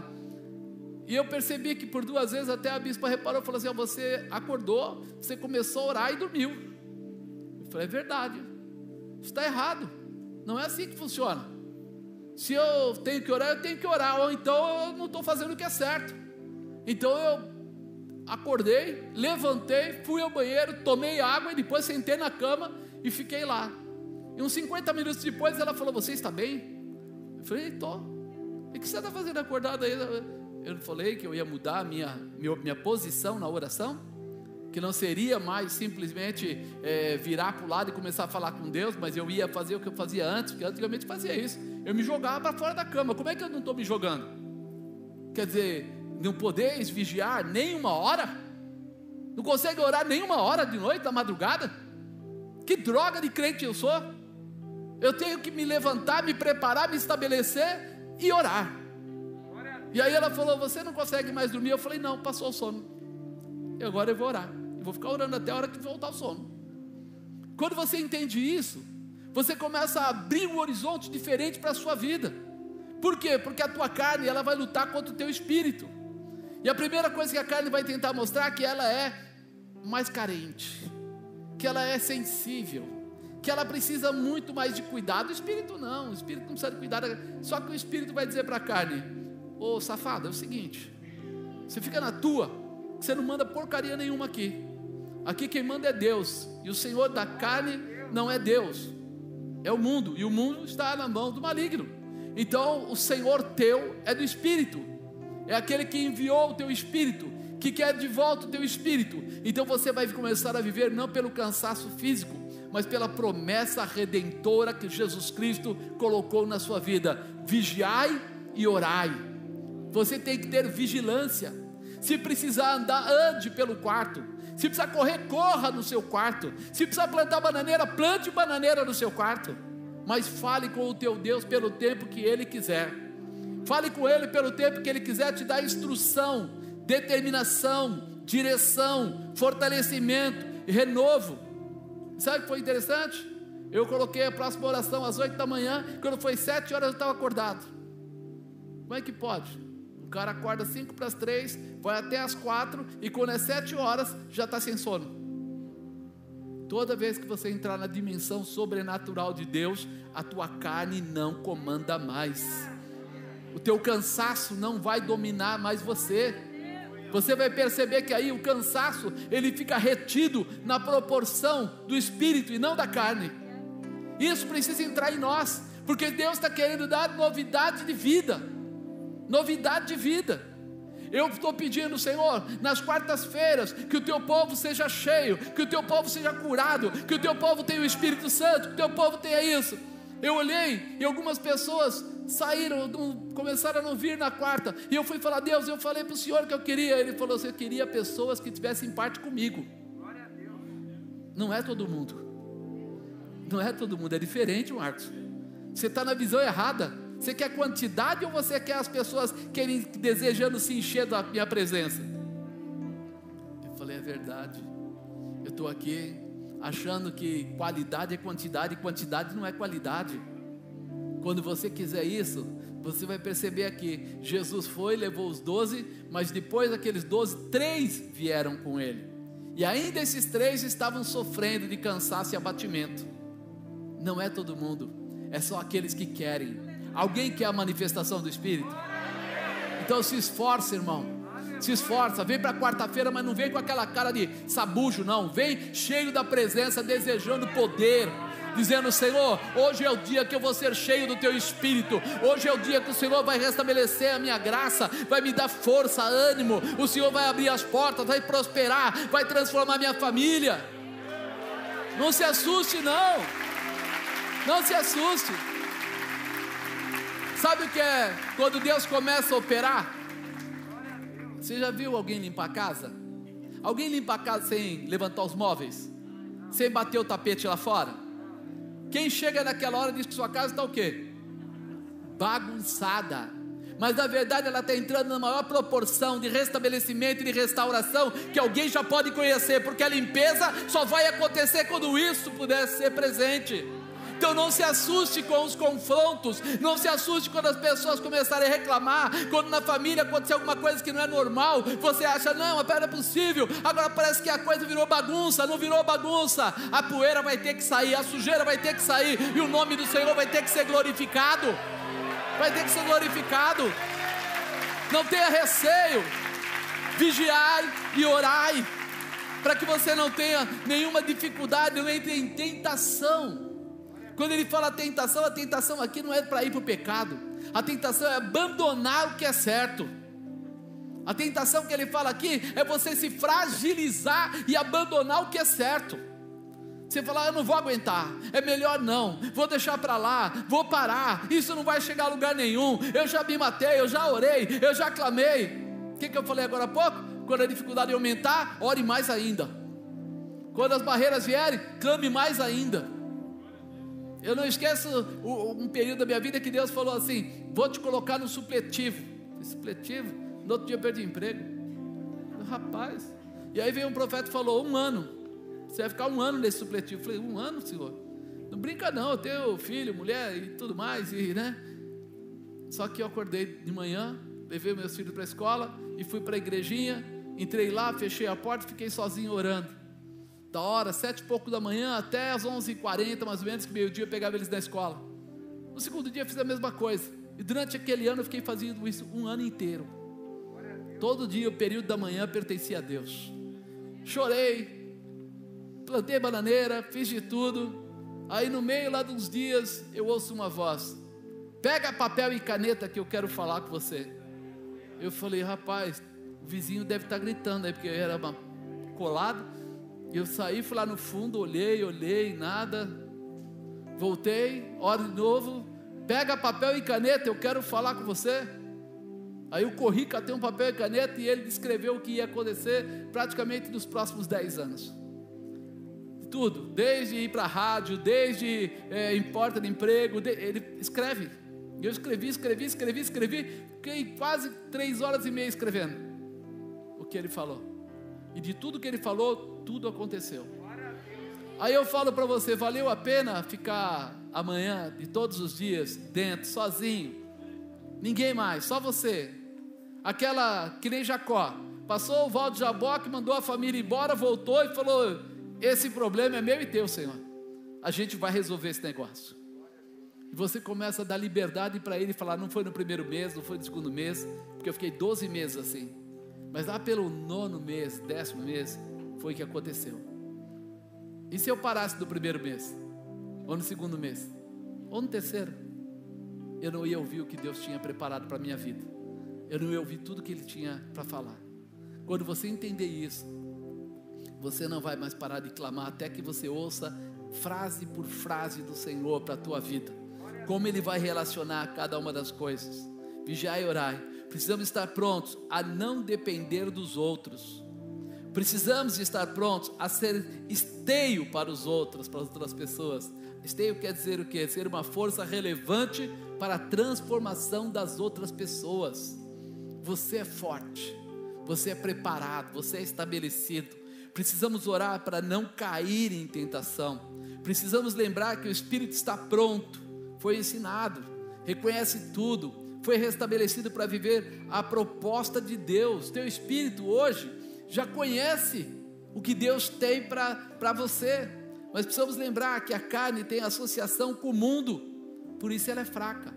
E eu percebi que por 2 vezes até a bispa reparou, falou assim: você acordou, você começou a orar e dormiu. Eu falei: é verdade, isso está errado, não é assim que funciona. Se eu tenho que orar, eu tenho que orar, ou então eu não estou fazendo o que é certo. Então eu acordei, levantei, fui ao banheiro, tomei água e depois sentei na cama e fiquei lá. E uns 50 minutos depois ela falou: você está bem? Eu falei: estou. E o que você está fazendo acordado aí? Eu falei que eu ia mudar a minha posição na oração, que não seria mais simplesmente virar para o lado e começar a falar com Deus, mas eu ia fazer o que eu fazia antes, porque antigamente fazia isso, eu me jogava para fora da cama. Como é que eu não estou me jogando? Quer dizer, não podeis vigiar nem uma hora? Não consegue orar nem uma hora de noite, da madrugada? Que droga de crente eu sou? Eu tenho que me levantar, me preparar, me estabelecer e orar. E aí ela falou: você não consegue mais dormir? Eu falei: não, passou o sono. E agora eu vou orar, eu vou ficar orando até a hora que voltar o sono. Quando você entende isso, você começa a abrir um horizonte diferente para a sua vida. Por quê? Porque a tua carne, ela vai lutar contra o teu espírito. E a primeira coisa que a carne vai tentar mostrar é que ela é mais carente, que ela é sensível, que ela precisa muito mais de cuidado. O espírito não, o espírito não precisa de cuidado. Só que o espírito vai dizer para a carne: ô safado, é o seguinte, você fica na tua, você não manda porcaria nenhuma aqui. Aqui quem manda é Deus, e o Senhor da carne não é Deus, é o mundo, e o mundo está na mão do maligno. Então o Senhor teu é do Espírito, é aquele que enviou o teu Espírito, que quer de volta o teu Espírito. Então você vai começar a viver não pelo cansaço físico, mas pela promessa redentora que Jesus Cristo colocou na sua vida. Vigiai e orai. Você tem que ter vigilância. Se precisar andar, ande pelo quarto. Se precisar correr, corra no seu quarto. Se precisar plantar bananeira, plante bananeira no seu quarto. Mas fale com o teu Deus pelo tempo que Ele quiser. Fale com Ele pelo tempo que Ele quiser te dar instrução, determinação, direção, fortalecimento e renovo. Sabe o que foi interessante? Eu coloquei a próxima oração às 8 da manhã. Quando foi 7 horas eu estava acordado. Como é que pode? O cara acorda 5 para as 3, vai até as 4, e quando é 7 horas já está sem sono. Toda vez que você entrar na dimensão sobrenatural de Deus, a tua carne não comanda mais. O teu cansaço não vai dominar mais você. Você vai perceber que aí o cansaço, ele fica retido na proporção do espírito e não da carne. Isso precisa entrar em nós, porque Deus está querendo dar novidade de vida. Novidade de vida. Eu estou pedindo, Senhor, nas quartas-feiras, que o teu povo seja cheio, que o teu povo seja curado, que o teu povo tenha o Espírito Santo, que o teu povo tenha isso. Eu olhei e algumas pessoas saíram, começaram a não vir na quarta. E eu fui falar: Deus, eu falei para o Senhor que eu queria. Ele falou: você queria pessoas que tivessem parte comigo. Não é todo mundo. Não é todo mundo, é diferente, Marcos. Você está na visão errada. Você quer quantidade ou você quer as pessoas desejando se encher da minha presença? Eu falei: é verdade. Eu estou aqui achando que qualidade é quantidade e quantidade não é qualidade. Quando você quiser isso, você vai perceber aqui, Jesus foi, levou os 12, mas depois daqueles 12, 3 vieram com ele, e ainda esses 3 estavam sofrendo de cansaço e abatimento. Não é todo mundo, é só aqueles que querem. Alguém quer a manifestação do Espírito? Então se esforça, irmão. Se esforça, vem para quarta-feira, mas não vem com aquela cara de sabujo, não. Vem cheio da presença, desejando poder, dizendo: Senhor, hoje é o dia que eu vou ser cheio do Teu Espírito. Hoje é o dia que o Senhor vai restabelecer a minha graça, vai me dar força, ânimo. O Senhor vai abrir as portas, vai prosperar, vai transformar minha família. Não se assuste, não. Não se assuste. Sabe o que é quando Deus começa a operar? Você já viu alguém limpar a casa? Alguém limpa a casa sem levantar os móveis? Sem bater o tapete lá fora? Quem chega naquela hora diz que sua casa está o quê? Bagunçada. Mas na verdade ela está entrando na maior proporção de restabelecimento e de restauração que alguém já pode conhecer, porque a limpeza só vai acontecer quando isso puder ser presente. Então não se assuste com os confrontos, não se assuste quando as pessoas começarem a reclamar, quando na família acontecer alguma coisa que não é normal, você acha: não, mas não é possível, agora parece que a coisa virou bagunça. Não virou bagunça, a poeira vai ter que sair, a sujeira vai ter que sair, e o nome do Senhor vai ter que ser glorificado, vai ter que ser glorificado. Não tenha receio, vigiai e orai, para que você não tenha nenhuma dificuldade, não entre em tentação. Quando ele fala tentação, a tentação aqui não é para ir para o pecado, a tentação é abandonar o que é certo. A tentação que ele fala aqui é você se fragilizar e abandonar o que é certo. Você fala: eu não vou aguentar, é melhor não, vou deixar para lá, vou parar, isso não vai chegar a lugar nenhum, eu já me matei, eu já orei, eu já clamei. O que eu falei agora há pouco? Quando a dificuldade aumentar, ore mais ainda. Quando as barreiras vierem, clame mais ainda. Eu não esqueço um período da minha vida que Deus falou assim: vou te colocar no supletivo. Supletivo? No outro dia eu perdi emprego. Rapaz. E aí veio um profeta e falou: 1 ano. Você vai ficar 1 ano nesse supletivo. Eu falei: 1 ano, Senhor? Não brinca não, eu tenho filho, mulher e tudo mais, né? Só que eu acordei de manhã, levei meus filhos para a escola e fui para a igrejinha. Entrei lá, fechei a porta e fiquei sozinho orando. Da hora, 7 e pouco da manhã até as 11h40 mais ou menos, que meio-dia eu pegava eles na escola. No segundo dia eu fiz a mesma coisa, e durante aquele ano eu fiquei fazendo isso 1 ano inteiro. Todo dia o período da manhã pertencia a Deus. Chorei, plantei bananeira, fiz de tudo. Aí no meio lá de uns dias eu ouço uma voz: pega papel e caneta que eu quero falar com você. Eu falei: rapaz, o vizinho deve estar gritando aí, porque eu era colado. Eu saí, fui lá no fundo, olhei, nada. Voltei, oro de novo: pega papel e caneta, eu quero falar com você. Aí eu corri, catei um papel e caneta, e ele descreveu o que ia acontecer praticamente nos próximos 10 anos. Tudo, desde ir para a rádio, desde em porta de emprego, ele escreve. Eu escrevi, fiquei quase 3h30 escrevendo o que ele falou. E de tudo que ele falou, tudo aconteceu. Aí eu falo para você: valeu a pena ficar amanhã, de todos os dias, dentro, sozinho? Ninguém mais, só você. Aquela que nem Jacó, passou o val de Jaboque, mandou a família embora, voltou e falou: esse problema é meu e teu, Senhor, a gente vai resolver esse negócio. E você começa a dar liberdade para ele, falar: não foi no primeiro mês, não foi no segundo mês, porque eu fiquei 12 meses assim. Mas lá pelo 9º mês, 10º mês, foi que aconteceu. E se eu parasse no primeiro mês? Ou no segundo mês? Ou no terceiro? Eu não ia ouvir o que Deus tinha preparado para a minha vida. Eu não ia ouvir tudo que Ele tinha para falar. Quando você entender isso, você não vai mais parar de clamar até que você ouça frase por frase do Senhor para a tua vida. como Ele vai relacionar cada uma das coisas. Vigiai e orai. Precisamos estar prontos a não depender dos outros. Precisamos estar prontos a ser esteio para os outros, para as outras pessoas. Esteio quer dizer o quê? Ser uma força relevante para a transformação das outras pessoas. Você é forte, você é preparado, você é estabelecido. Precisamos orar para não cair em tentação. Precisamos lembrar que o Espírito está pronto, foi ensinado, reconhece tudo, foi restabelecido para viver a proposta de Deus. Teu Espírito hoje já conhece o que Deus tem para você. Mas precisamos lembrar que a carne tem associação com o mundo, por isso ela é fraca.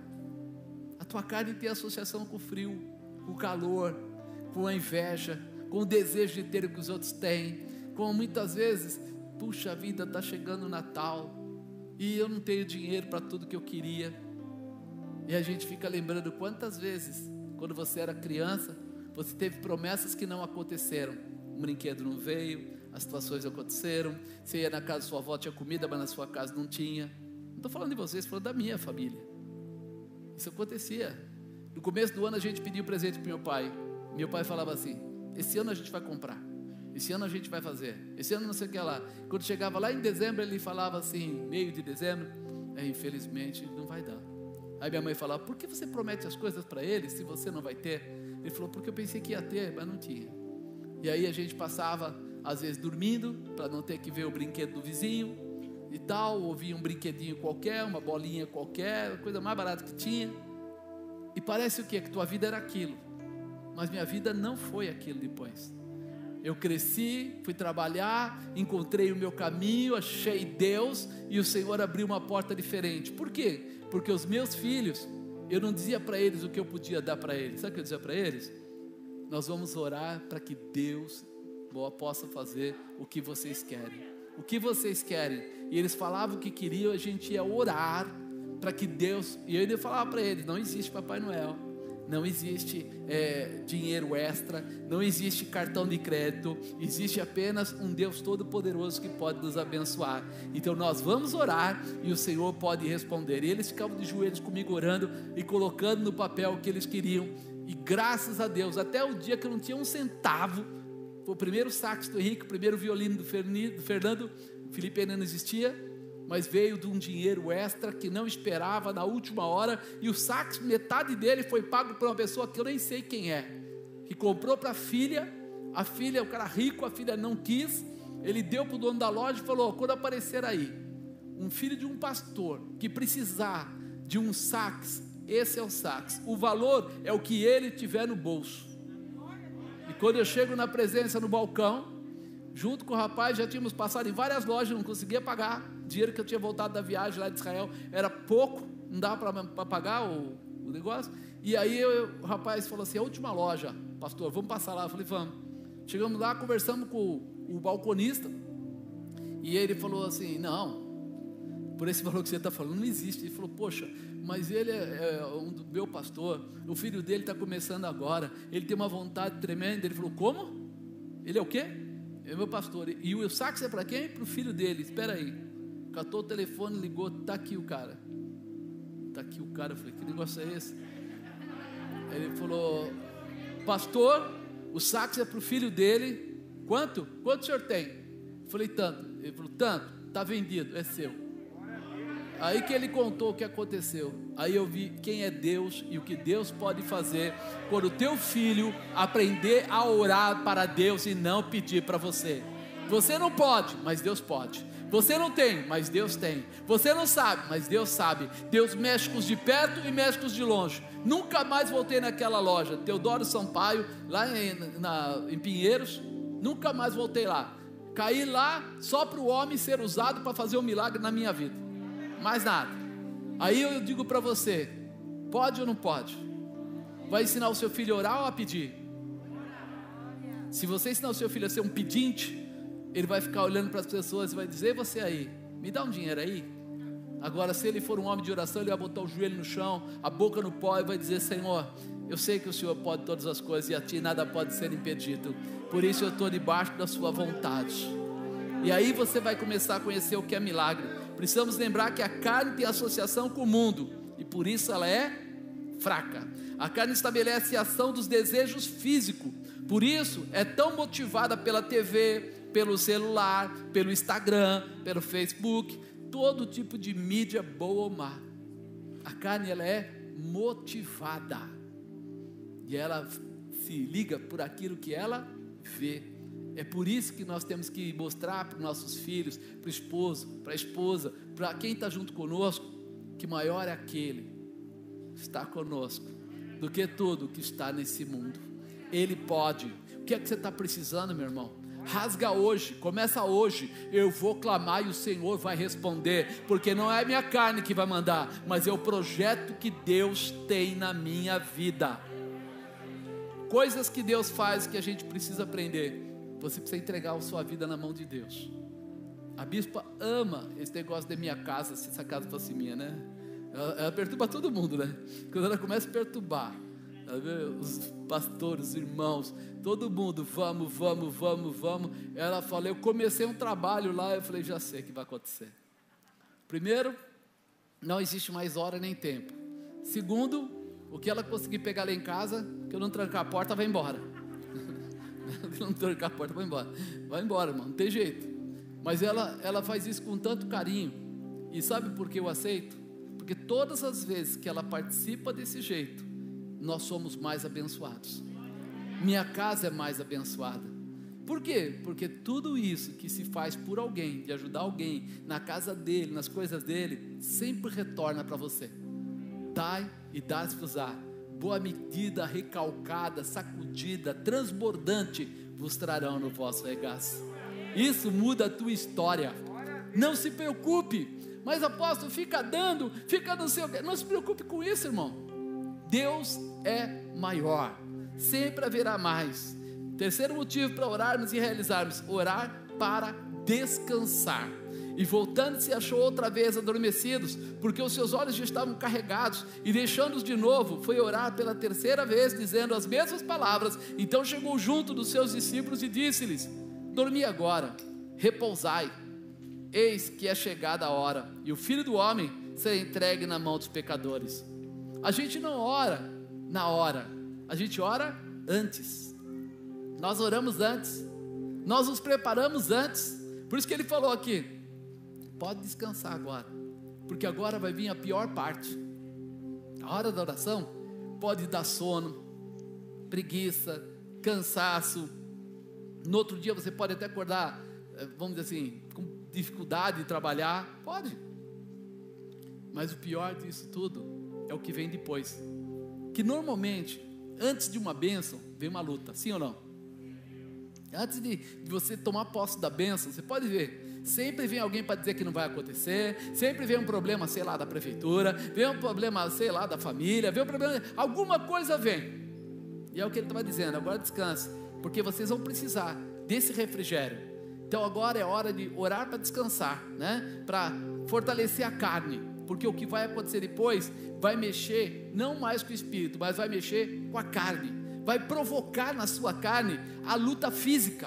A tua carne tem associação com o frio, com o calor, com a inveja, com o desejo de ter o que os outros têm, com muitas vezes, puxa vida, está chegando o Natal, e eu não tenho dinheiro para tudo que eu queria. E a gente fica lembrando quantas vezes, quando você era criança, você teve promessas que não aconteceram. Um brinquedo não veio, as situações aconteceram. Você ia na casa da sua avó, tinha comida, mas na sua casa não tinha. Não estou falando de vocês, estou falando da minha família. Isso acontecia. No começo do ano a gente pediu presente para meu pai. Meu pai falava assim: esse ano a gente vai comprar, esse ano a gente vai fazer, esse ano não sei o que lá. Quando chegava lá em dezembro, ele falava assim, meio de dezembro: infelizmente não vai dar. Aí minha mãe falava: por que você promete as coisas para ele se você não vai ter? Ele falou: porque eu pensei que ia ter, mas não tinha. E aí a gente passava às vezes dormindo, para não ter que ver o brinquedo do vizinho e tal, ouvia um brinquedinho qualquer, uma bolinha qualquer, a coisa mais barata que tinha. E parece o quê? Que tua vida era aquilo. Mas minha vida não foi aquilo depois. Eu cresci, fui trabalhar, encontrei o meu caminho, achei Deus, e o Senhor abriu uma porta diferente. Por quê? Porque os meus filhos, eu não dizia para eles o que eu podia dar para eles. Sabe o que eu dizia para eles? Nós vamos orar para que Deus possa fazer o que vocês querem. O que vocês querem? E eles falavam o que queriam, a gente ia orar para que Deus... E eu ainda falava para eles: não existe Papai Noel, não existe dinheiro extra, não existe cartão de crédito, existe apenas um Deus todo-poderoso que pode nos abençoar. Então nós vamos orar e o Senhor pode responder. E eles ficavam de joelhos comigo orando e colocando no papel o que eles queriam. E graças a Deus, até o dia que eu não tinha um centavo, foi o primeiro sax do Henrique, o primeiro violino do Fernando, o Felipe ainda não existia, mas veio de um dinheiro extra que não esperava na última hora, e o sax, metade dele foi pago por uma pessoa que eu nem sei quem é, que comprou para a filha, o cara rico, a filha não quis, ele deu para o dono da loja e falou: quando aparecer aí um filho de um pastor que precisar de um sax, esse é o sax, o valor é o que ele tiver no bolso. E quando eu chego na presença no balcão, junto com o rapaz, já tínhamos passado em várias lojas, não conseguia pagar, dinheiro que eu tinha voltado da viagem lá de Israel, era pouco, não dava para pagar o negócio. E aí o rapaz falou assim: a última loja, pastor, vamos passar lá. Eu falei: vamos. Chegamos lá, conversamos com o balconista, e ele falou assim: não, por esse valor que você está falando, não existe. Ele falou: poxa, mas ele é um do meu pastor, o filho dele está começando agora, ele tem uma vontade tremenda. Ele falou: como? Ele é o quê? É meu pastor. E o sax é para quem? Para o filho dele. Espera aí. Catou o telefone, ligou: está aqui o cara. Está aqui o cara. Eu falei: que negócio é esse? Ele falou: pastor, o sax é para o filho dele. Quanto? Quanto o senhor tem? Eu falei: tanto. Ele falou: tanto, está vendido, é seu. Aí que ele contou o que aconteceu. Aí eu vi quem é Deus e o que Deus pode fazer quando o teu filho aprender a orar para Deus e não pedir para você. Você não pode, mas Deus pode. Você não tem, mas Deus tem. Você não sabe, mas Deus sabe. Deus mexe com os de perto e mexe com os de longe. Nunca mais voltei naquela loja Teodoro Sampaio, lá em Pinheiros. Nunca mais voltei lá. Caí lá só para o homem ser usado para fazer um milagre na minha vida. Mais nada. Aí eu digo para você: pode ou não pode? Vai ensinar o seu filho a orar ou a pedir? Se você ensinar o seu filho a ser um pedinte, ele vai ficar olhando para as pessoas e vai dizer: você aí, me dá um dinheiro aí. Agora, se ele for um homem de oração, ele vai botar o joelho no chão, a boca no pó, e vai dizer: Senhor, eu sei que o Senhor pode todas as coisas, e a Ti nada pode ser impedido, por isso eu estou debaixo da Sua vontade. E aí você vai começar a conhecer o que é milagre. Precisamos lembrar que a carne tem associação com o mundo, por isso ela é fraca. A carne estabelece a ação dos desejos físicos, por isso é tão motivada pela TV, pelo celular, pelo Instagram, pelo Facebook, todo tipo de mídia boa ou má. A carne, ela é motivada, e ela se liga por aquilo que ela vê. É por isso que nós temos que mostrar para os nossos filhos, para o esposo, para a esposa, para quem está junto conosco, que maior é aquele que está conosco do que tudo que está nesse mundo. Ele pode. O que é que você está precisando, meu irmão? Rasga hoje, começa hoje. Eu vou clamar e o Senhor vai responder, porque não é a minha carne que vai mandar, mas é o projeto que Deus tem na minha vida. Coisas que Deus faz que a gente precisa aprender. Você precisa entregar a sua vida na mão de Deus. A bispa ama esse negócio de minha casa, se essa casa fosse minha, né? Ela perturba todo mundo, né? Quando ela começa a perturbar, os pastores, os irmãos, todo mundo, vamos. Ela fala, eu comecei um trabalho lá, eu falei, já sei o que vai acontecer. Primeiro, não existe mais hora nem tempo. Segundo, o que ela conseguir pegar lá em casa, que eu não trancar a porta, vai embora. Não trancar a porta, vai embora, irmão, não tem jeito. Mas ela faz isso com tanto carinho. E sabe por que eu aceito? Porque todas as vezes que ela participa desse jeito, nós somos mais abençoados. Minha casa é mais abençoada. Por quê? Porque tudo isso que se faz por alguém, de ajudar alguém, na casa dele, nas coisas dele, sempre retorna para você. Dai e dás-vos-á. Boa medida, recalcada, sacudida, transbordante, vos trarão no vosso regaço. Isso muda a tua história. Não se preocupe. Mas apóstolo, fica dando, fica no seu... Não se preocupe com isso, irmão. Deus é maior. Sempre haverá mais. Terceiro motivo para orarmos e realizarmos: orar para descansar. E voltando, se achou outra vez adormecidos, porque os seus olhos já estavam carregados, e deixando-os de novo, foi orar pela terceira vez, dizendo as mesmas palavras. Então chegou junto dos seus discípulos e disse-lhes: dormi agora, repousai, eis que é chegada a hora, e o Filho do Homem será entregue na mão dos pecadores. A gente não ora na hora, a gente ora antes. Nós oramos antes, nós nos preparamos antes. Por isso que ele falou aqui: pode descansar agora, porque agora vai vir a pior parte. A hora da oração pode dar sono, preguiça, cansaço. No outro dia você pode até acordar, vamos dizer assim, com dificuldade de trabalhar, pode. Mas o pior disso tudo é o que vem depois, que normalmente, antes de uma bênção, vem uma luta, sim ou não? Antes de você tomar posse da bênção, você pode ver, sempre vem alguém para dizer que não vai acontecer, sempre vem um problema, sei lá, da prefeitura, vem um problema, sei lá, da família, vem um problema, alguma coisa vem, e é o que ele estava dizendo: agora descanse, porque vocês vão precisar desse refrigério. Então agora é hora de orar para descansar, né? Para fortalecer a carne, porque o que vai acontecer depois vai mexer não mais com o espírito, mas vai mexer com a carne, vai provocar na sua carne a luta física,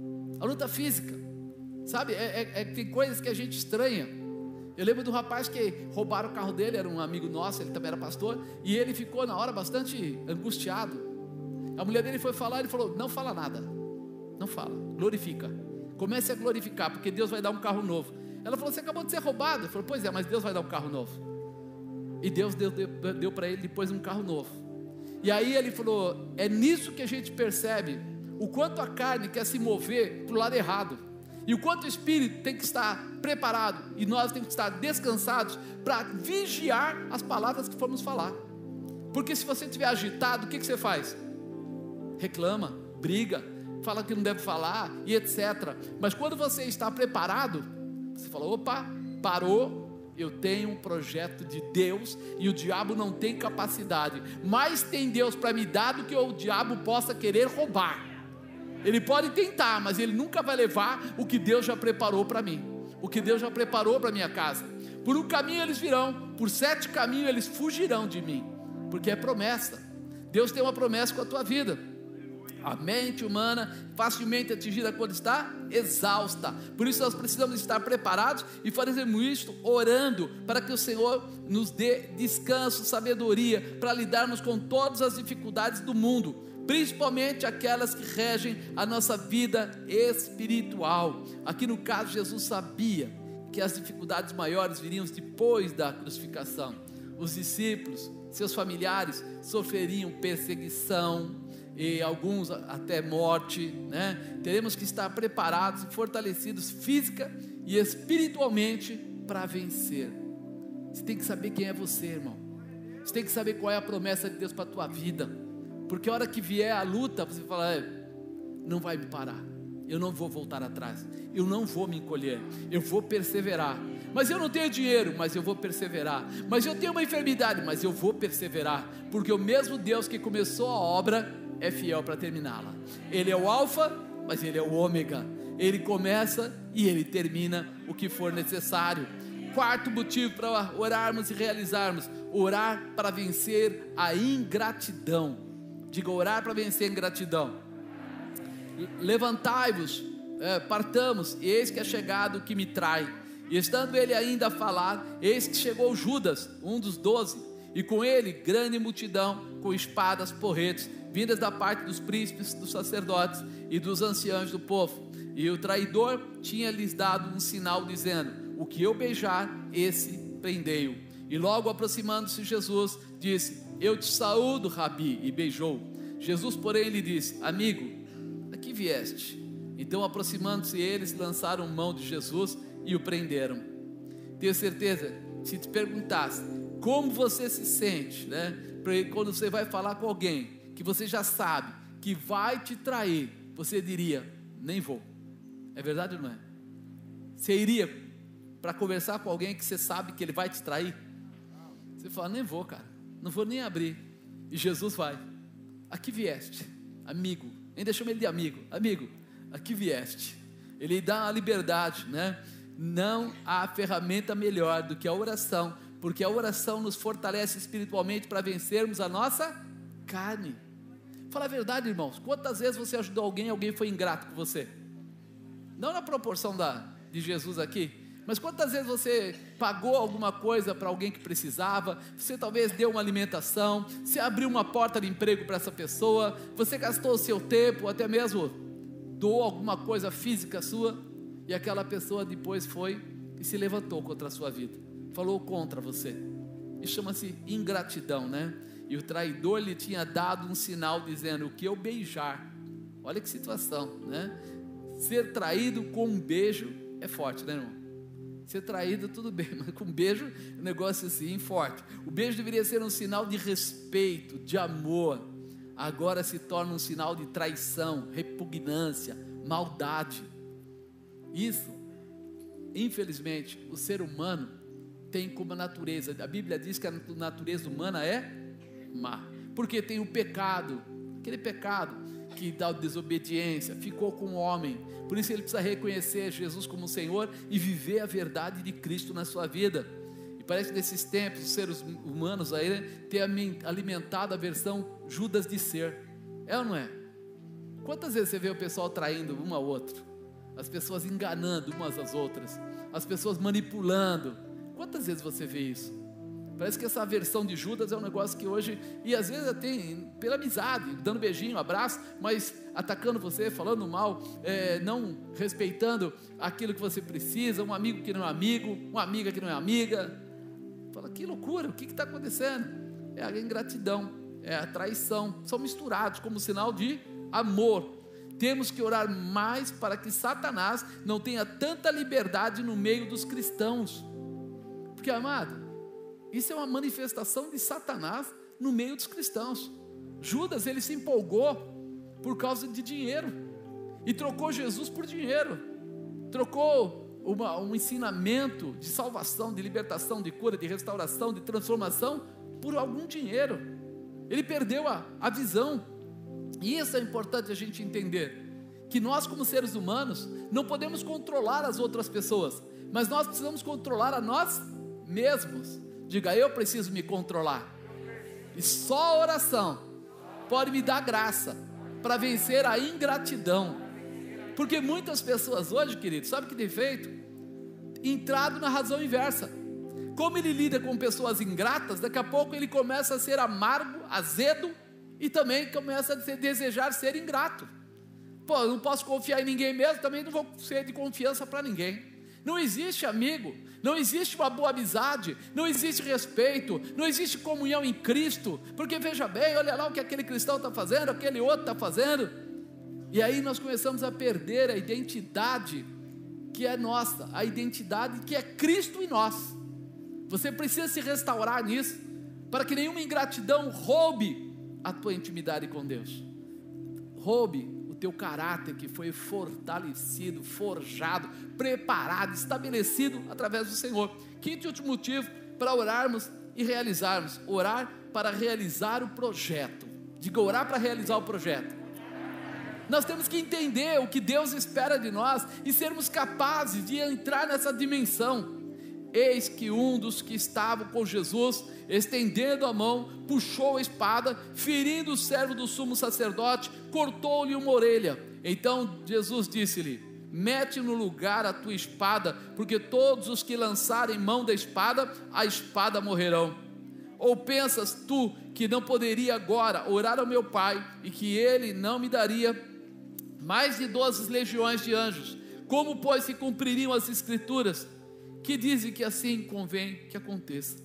sabe? Tem coisas que a gente estranha. Eu lembro de um rapaz que roubaram o carro dele, era um amigo nosso, ele também era pastor, e ele ficou na hora bastante angustiado. A mulher dele foi falar, ele falou: não fala nada, não fala, glorifica, comece a glorificar, porque Deus vai dar um carro novo. Ela falou: você acabou de ser roubado. Ele falou: pois é, mas Deus vai dar um carro novo. E Deus deu para ele depois um carro novo. E aí ele falou: é nisso que a gente percebe o quanto a carne quer se mover para o lado errado, e o quanto o espírito tem que estar preparado, e nós temos que estar descansados para vigiar as palavras que formos falar. Porque se você estiver agitado, o que você faz? Reclama, briga, fala que não deve falar e etc. Mas quando você está preparado, você fala: opa, parou, eu tenho um projeto de Deus, e o diabo não tem capacidade, mais tem Deus para me dar do que o diabo possa querer roubar. Ele pode tentar, mas ele nunca vai levar o que Deus já preparou para mim, o que Deus já preparou para minha casa. Por um caminho eles virão, por 7 caminhos eles fugirão de mim, porque é promessa. Deus tem uma promessa com a tua vida. A mente humana facilmente atingida quando está exausta. Por isso nós precisamos estar preparados e fazermos isto orando para que o Senhor nos dê descanso, sabedoria para lidarmos com todas as dificuldades do mundo, principalmente aquelas que regem a nossa vida espiritual. Aqui no caso, Jesus sabia que as dificuldades maiores viriam depois da crucificação. Os discípulos, seus familiares sofreriam perseguição e alguns até morte, né? Teremos que estar preparados e fortalecidos física e espiritualmente para vencer. Você tem que saber quem é você, irmão. Você tem que saber qual é a promessa de Deus para a tua vida, porque a hora que vier a luta, você fala, não vai me parar, eu não vou voltar atrás, eu não vou me encolher, eu vou perseverar. Mas eu não tenho dinheiro, mas eu vou perseverar. Mas eu tenho uma enfermidade, mas eu vou perseverar, porque o mesmo Deus que começou a obra é fiel para terminá-la. Ele é o alfa, mas Ele é o ômega. Ele começa e Ele termina o que for necessário. Quarto motivo para orarmos e realizarmos: orar para vencer a ingratidão. Diga, orar para vencer a ingratidão. Levantai-vos, partamos, e eis que é chegado o que me trai. E estando ele ainda a falar, eis que chegou Judas, um dos 12, e com ele grande multidão, com espadas, porretes, vindas da parte dos príncipes, dos sacerdotes e dos anciãos do povo. E o traidor tinha lhes dado um sinal, dizendo: o que eu beijar, esse prendei-o. E logo aproximando-se Jesus, disse: eu te saúdo, Rabi, e beijou. Jesus, porém, lhe disse: amigo, a que vieste? Então, aproximando-se eles, lançaram mão de Jesus e o prenderam. Tenho certeza, se te perguntasse como você se sente, né? Quando você vai falar com alguém que você já sabe que vai te trair, você diria: nem vou. É verdade ou não é? Você iria para conversar com alguém que você sabe que ele vai te trair? Você fala: nem vou, cara, não vou nem abrir. E Jesus vai: a que vieste? Amigo, ainda chama ele de amigo. Amigo, a que vieste? Ele dá uma liberdade, né? Não há ferramenta melhor do que a oração, porque a oração nos fortalece espiritualmente para vencermos a nossa carne. Fala a verdade, irmãos. Quantas vezes você ajudou alguém e alguém foi ingrato com você? Não na proporção de Jesus aqui, mas quantas vezes você pagou alguma coisa para alguém que precisava? Você talvez deu uma alimentação, você abriu uma porta de emprego para essa pessoa, você gastou o seu tempo, até mesmo doou alguma coisa física sua, e aquela pessoa depois foi e se levantou contra a sua vida, falou contra você. Isso chama-se ingratidão, né? E o traidor lhe tinha dado um sinal, dizendo: o que eu beijar. Olha que situação, né? Ser traído com um beijo é forte, né, irmão? Ser traído tudo bem, mas com um beijo, um negócio assim, forte. O beijo deveria ser um sinal de respeito, de amor. Agora se torna um sinal de traição, repugnância, maldade. Isso, infelizmente, o ser humano tem como natureza. A Bíblia diz que a natureza humana é má, porque tem o pecado, aquele pecado que dá desobediência, ficou com o homem. Por isso ele precisa reconhecer Jesus como Senhor e viver a verdade de Cristo na sua vida. E parece que nesses tempos os seres humanos aí, né, têm alimentado a versão Judas de ser. É ou não é? Quantas vezes você vê o pessoal traindo um ao outro? As pessoas enganando umas às outras, as pessoas manipulando. Quantas vezes você vê isso? Parece que essa versão de Judas é um negócio que hoje, e às vezes até pela amizade, dando beijinho, abraço, mas atacando você, falando mal, não respeitando aquilo que você precisa, um amigo que não é amigo, uma amiga que não é amiga. Fala, que loucura, o que está acontecendo? É a ingratidão, é a traição, são misturados como sinal de amor. Temos que orar mais para que Satanás não tenha tanta liberdade no meio dos cristãos, porque, amado, isso é uma manifestação de Satanás no meio dos cristãos. Judas, ele se empolgou por causa de dinheiro, e trocou Jesus por dinheiro, trocou um ensinamento de salvação, de libertação, de cura, de restauração, de transformação, por algum dinheiro. Ele perdeu a visão. E isso é importante a gente entender, que nós como seres humanos não podemos controlar as outras pessoas, mas nós precisamos controlar a nós mesmos. Diga, eu preciso me controlar. E só a oração pode me dar graça para vencer a ingratidão. Porque muitas pessoas hoje, queridos, sabe o que tem feito? Entrado na razão inversa. Como ele lida com pessoas ingratas, daqui a pouco ele começa a ser amargo, azedo, e também começa a desejar ser ingrato. Pô, eu não posso confiar em ninguém mesmo, também não vou ser de confiança para ninguém. Não existe amigo, não existe uma boa amizade, não existe respeito, não existe comunhão em Cristo, porque veja bem, olha lá o que aquele cristão está fazendo, aquele outro está fazendo, e aí nós começamos a perder a identidade que é nossa, a identidade que é Cristo em nós. Você precisa se restaurar nisso, para que nenhuma ingratidão roube a tua intimidade com Deus, roube o teu caráter que foi fortalecido, forjado, preparado, estabelecido através do Senhor. Quinto e último motivo para orarmos e realizarmos: orar para realizar o projeto. Diga, orar para realizar o projeto. Nós temos que entender o que Deus espera de nós e sermos capazes de entrar nessa dimensão. Eis que um dos que estavam com Jesus, estendendo a mão, puxou a espada, ferindo o servo do sumo sacerdote, cortou-lhe uma orelha. Então Jesus disse-lhe: mete no lugar a tua espada, porque todos os que lançarem mão da espada, a espada morrerão. Ou pensas tu que não poderia agora orar ao meu Pai, e que ele não me daria mais de 12 legiões de anjos? Como pois se cumpririam as escrituras, que dizem que assim convém que aconteça?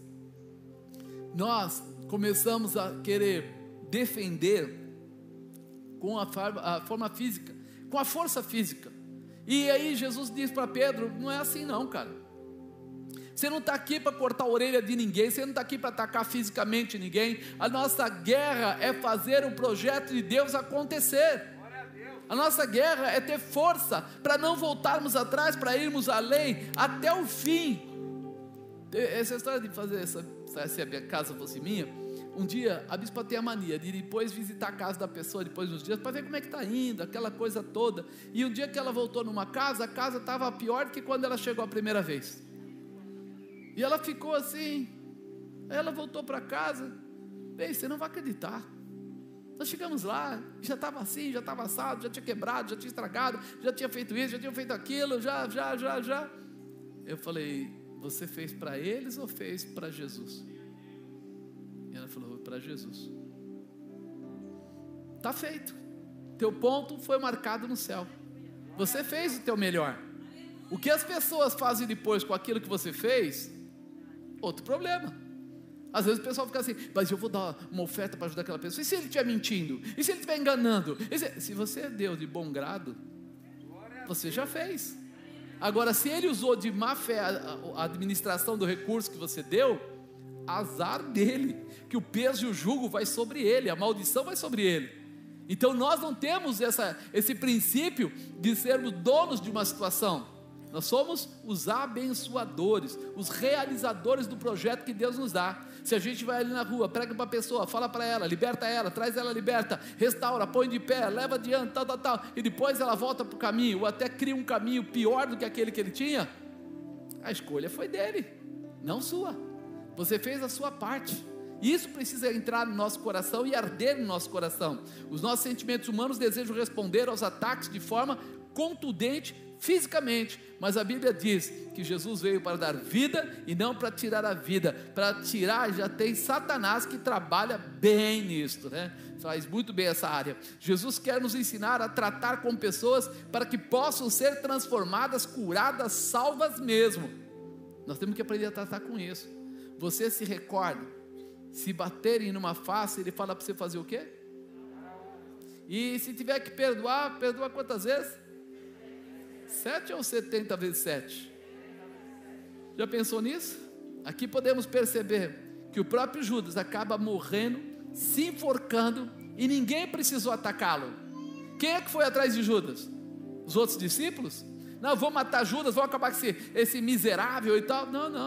Nós começamos a querer defender com a forma física, com a força física, e aí Jesus diz para Pedro: não é assim não, cara. Você não está aqui para cortar a orelha de ninguém, você não está aqui para atacar fisicamente ninguém. A nossa guerra é fazer o projeto de Deus acontecer. A nossa guerra é ter força para não voltarmos atrás, para irmos além, até o fim. Essa história de fazer se a casa fosse minha, um dia a bispa tem a mania de depois visitar a casa da pessoa, depois de uns dias, para ver como é que está indo, aquela coisa toda. E um dia que ela voltou numa casa, a casa estava pior do que quando ela chegou a primeira vez. E ela ficou assim. Aí ela voltou para casa. Bem, você não vai acreditar. Nós chegamos lá, já estava assim, já estava assado, já tinha quebrado, já tinha estragado, já tinha feito isso, já tinha feito aquilo, já. Eu falei: você fez para eles ou fez para Jesus? E ela falou: para Jesus. Está feito, teu ponto foi marcado no céu, você fez o teu melhor. O que as pessoas fazem depois com aquilo que você fez, outro problema. Às vezes o pessoal fica assim: mas eu vou dar uma oferta para ajudar aquela pessoa, e se ele estiver mentindo? E se ele estiver enganando? Se você deu de bom grado, você já fez. Agora, se ele usou de má fé a administração do recurso que você deu, azar dele, que o peso e o jugo vai sobre ele, a maldição vai sobre ele. Então nós não temos esse princípio de sermos donos de uma situação. Nós somos os abençoadores, os realizadores do projeto que Deus nos dá. Se a gente vai ali na rua, prega para a pessoa, fala para ela, liberta ela, traz ela liberta, restaura, põe de pé, leva adiante, tal, e depois ela volta para o caminho, ou até cria um caminho pior do que aquele que ele tinha, a escolha foi dele, não sua. Você fez a sua parte. Isso precisa entrar no nosso coração e arder no nosso coração. Os nossos sentimentos humanos desejam responder aos ataques de forma contundente, fisicamente, mas a Bíblia diz que Jesus veio para dar vida e não para tirar a vida. Para tirar, já tem Satanás que trabalha bem nisso, né? Faz muito bem essa área. Jesus quer nos ensinar a tratar com pessoas para que possam ser transformadas, curadas, salvas mesmo. Nós temos que aprender a tratar com isso. Você se recorda, se baterem numa face, ele fala para você fazer o quê? E se tiver que perdoar, perdoa quantas vezes? 7 ou 70 vezes 7? Já pensou nisso? Aqui podemos perceber que o próprio Judas acaba morrendo, se enforcando, e ninguém precisou atacá-lo. Quem é que foi atrás de Judas? Os outros discípulos? Não, vou matar Judas, vou acabar com esse miserável e tal.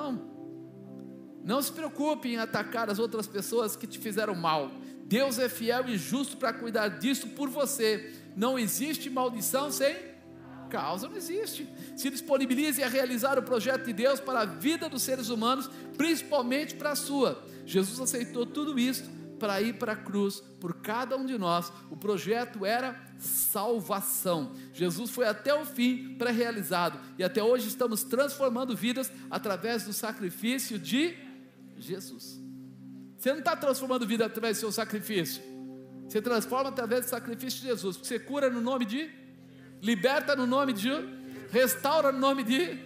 Não se preocupe em atacar as outras pessoas que te fizeram mal. Deus é fiel e justo para cuidar disso por você. Não existe maldição sem causa, não existe. Se disponibilize a realizar o projeto de Deus para a vida dos seres humanos, principalmente para a sua. Jesus aceitou tudo isso para ir para a cruz por cada um de nós. O projeto era salvação. Jesus foi até o fim pré-realizado, e até hoje estamos transformando vidas através do sacrifício de Jesus. Você não está transformando vida através do seu sacrifício, você transforma através do sacrifício de Jesus. Você cura no nome de, liberta no nome de, restaura no nome de,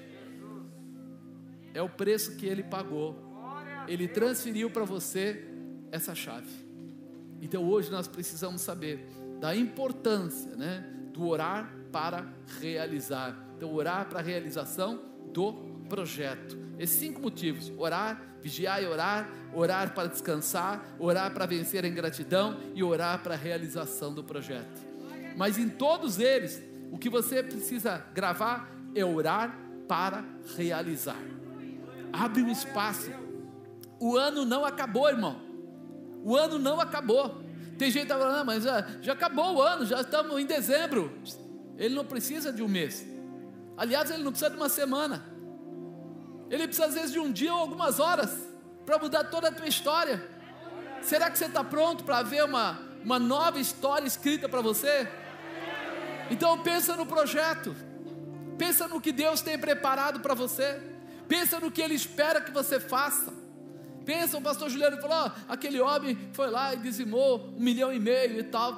é o preço que Ele pagou. Ele transferiu para você essa chave. Então hoje nós precisamos saber da importância, né, do orar para realizar. Então orar para a realização do projeto. Esses 5 motivos: orar, vigiar e orar, orar para descansar, orar para vencer a ingratidão e orar para a realização do projeto. Mas em todos eles, o que você precisa gravar é orar para realizar. Abre um espaço. O ano não acabou, irmão. O ano não acabou. Tem gente que está falando, não, mas já acabou o ano, já estamos em dezembro. Ele não precisa de um mês. Aliás, ele não precisa de uma semana. Ele precisa às vezes de um dia ou algumas horas para mudar toda a tua história. Será que você está pronto para ver uma nova história escrita para você? Então pensa no projeto. Pensa no que Deus tem preparado para você. Pensa no que Ele espera que você faça. Pensa, o pastor Juliano falou, aquele homem foi lá e dizimou 1,5 milhão e tal.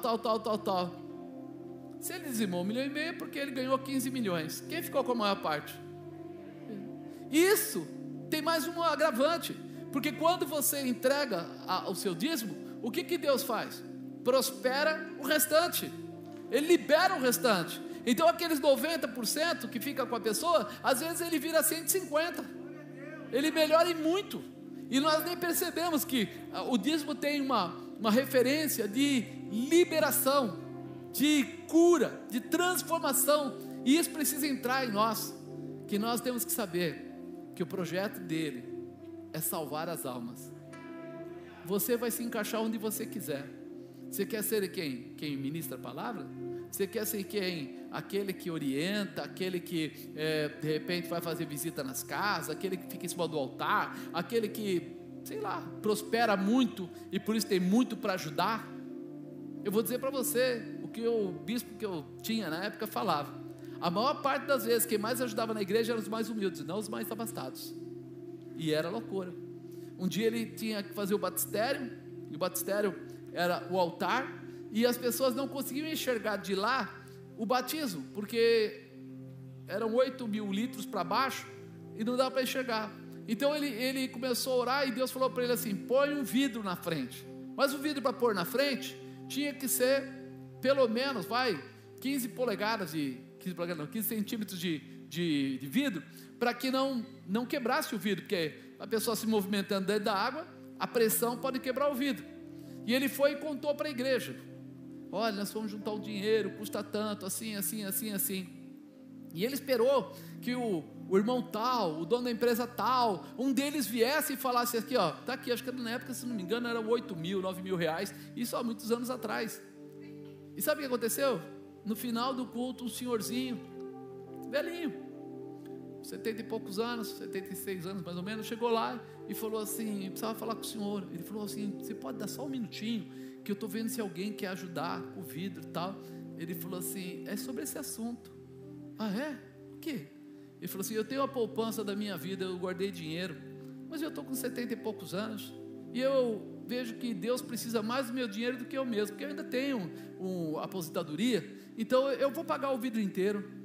Se ele dizimou 1,5 milhão é porque ele ganhou 15 milhões. Quem ficou com a maior parte? Isso tem mais um agravante, porque quando você entrega o seu dízimo, o que Deus faz? Prospera o restante. Ele libera o restante. Então aqueles 90% que fica com a pessoa, às vezes ele vira 150. Ele melhora em muito. E nós nem percebemos que o dízimo tem uma referência de liberação, de cura, de transformação. E isso precisa entrar em nós. Que nós temos que saber que o projeto dele é salvar as almas. Você vai se encaixar onde você quiser. Você quer ser quem ministra a palavra? Você quer ser aquele que orienta, aquele que de repente vai fazer visita nas casas, aquele que fica em cima do altar, aquele que, sei lá, prospera muito e por isso tem muito para ajudar? Eu vou dizer para você o que o bispo que eu tinha na época falava: a maior parte das vezes quem mais ajudava na igreja eram os mais humildes, não os mais abastados. E era loucura. Um dia ele tinha que fazer o batistério, e o batistério era o altar, e as pessoas não conseguiam enxergar de lá o batismo, porque eram 8.000 litros para baixo, e não dava para enxergar. Então ele começou a orar, e Deus falou para ele assim: põe um vidro na frente. Mas o vidro para pôr na frente tinha que ser pelo menos 15 centímetros de vidro, para que não quebrasse o vidro, porque a pessoa se movimentando dentro da água, a pressão pode quebrar o vidro. E ele foi e contou para a igreja: olha, nós vamos juntar o dinheiro, custa tanto, assim. E ele esperou que o irmão tal, o dono da empresa tal, um deles viesse e falasse aqui, ó, está aqui, acho que na época, se não me engano, era 8.000, 9.000 reais, isso há muitos anos atrás. E sabe o que aconteceu? No final do culto, um senhorzinho, velhinho, 70 e poucos anos, 76 anos mais ou menos, chegou lá e falou assim: eu precisava falar com o senhor. Ele falou assim: você pode dar só um minutinho, que eu estou vendo se alguém quer ajudar com o vidro e tal. Ele falou assim: é sobre esse assunto. Ah, é? O quê? Ele falou assim: eu tenho a poupança da minha vida, eu guardei dinheiro, mas eu estou com 70 e poucos anos, e eu vejo que Deus precisa mais do meu dinheiro do que eu mesmo, porque eu ainda tenho aposentadoria, então eu vou pagar o vidro inteiro.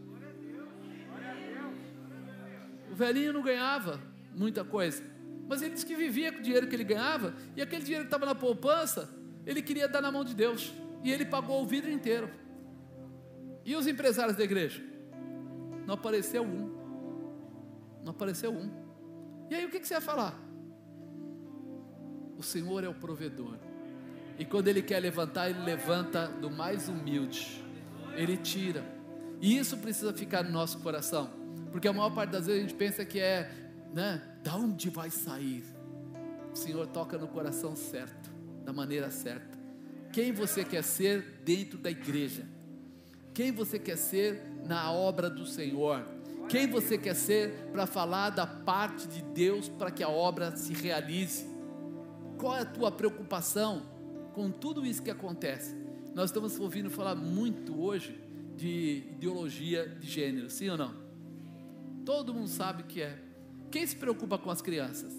O velhinho não ganhava muita coisa, mas ele disse que vivia com o dinheiro que ele ganhava, e aquele dinheiro que estava na poupança, ele queria dar na mão de Deus, e ele pagou o vidro inteiro. E os empresários da igreja? Não apareceu um. E aí o que você ia falar? O Senhor é o provedor, e quando Ele quer levantar, Ele levanta do mais humilde, Ele tira. E isso precisa ficar no nosso coração, porque a maior parte das vezes a gente pensa que da onde vai sair? O Senhor toca no coração certo, da maneira certa. Quem você quer ser dentro da igreja? Quem você quer ser na obra do Senhor? Quem você quer ser para falar da parte de Deus, para que a obra se realize? Qual é a tua preocupação com tudo isso que acontece? Nós estamos ouvindo falar muito hoje de ideologia de gênero, sim ou não? Todo mundo sabe que é. Quem se preocupa com as crianças?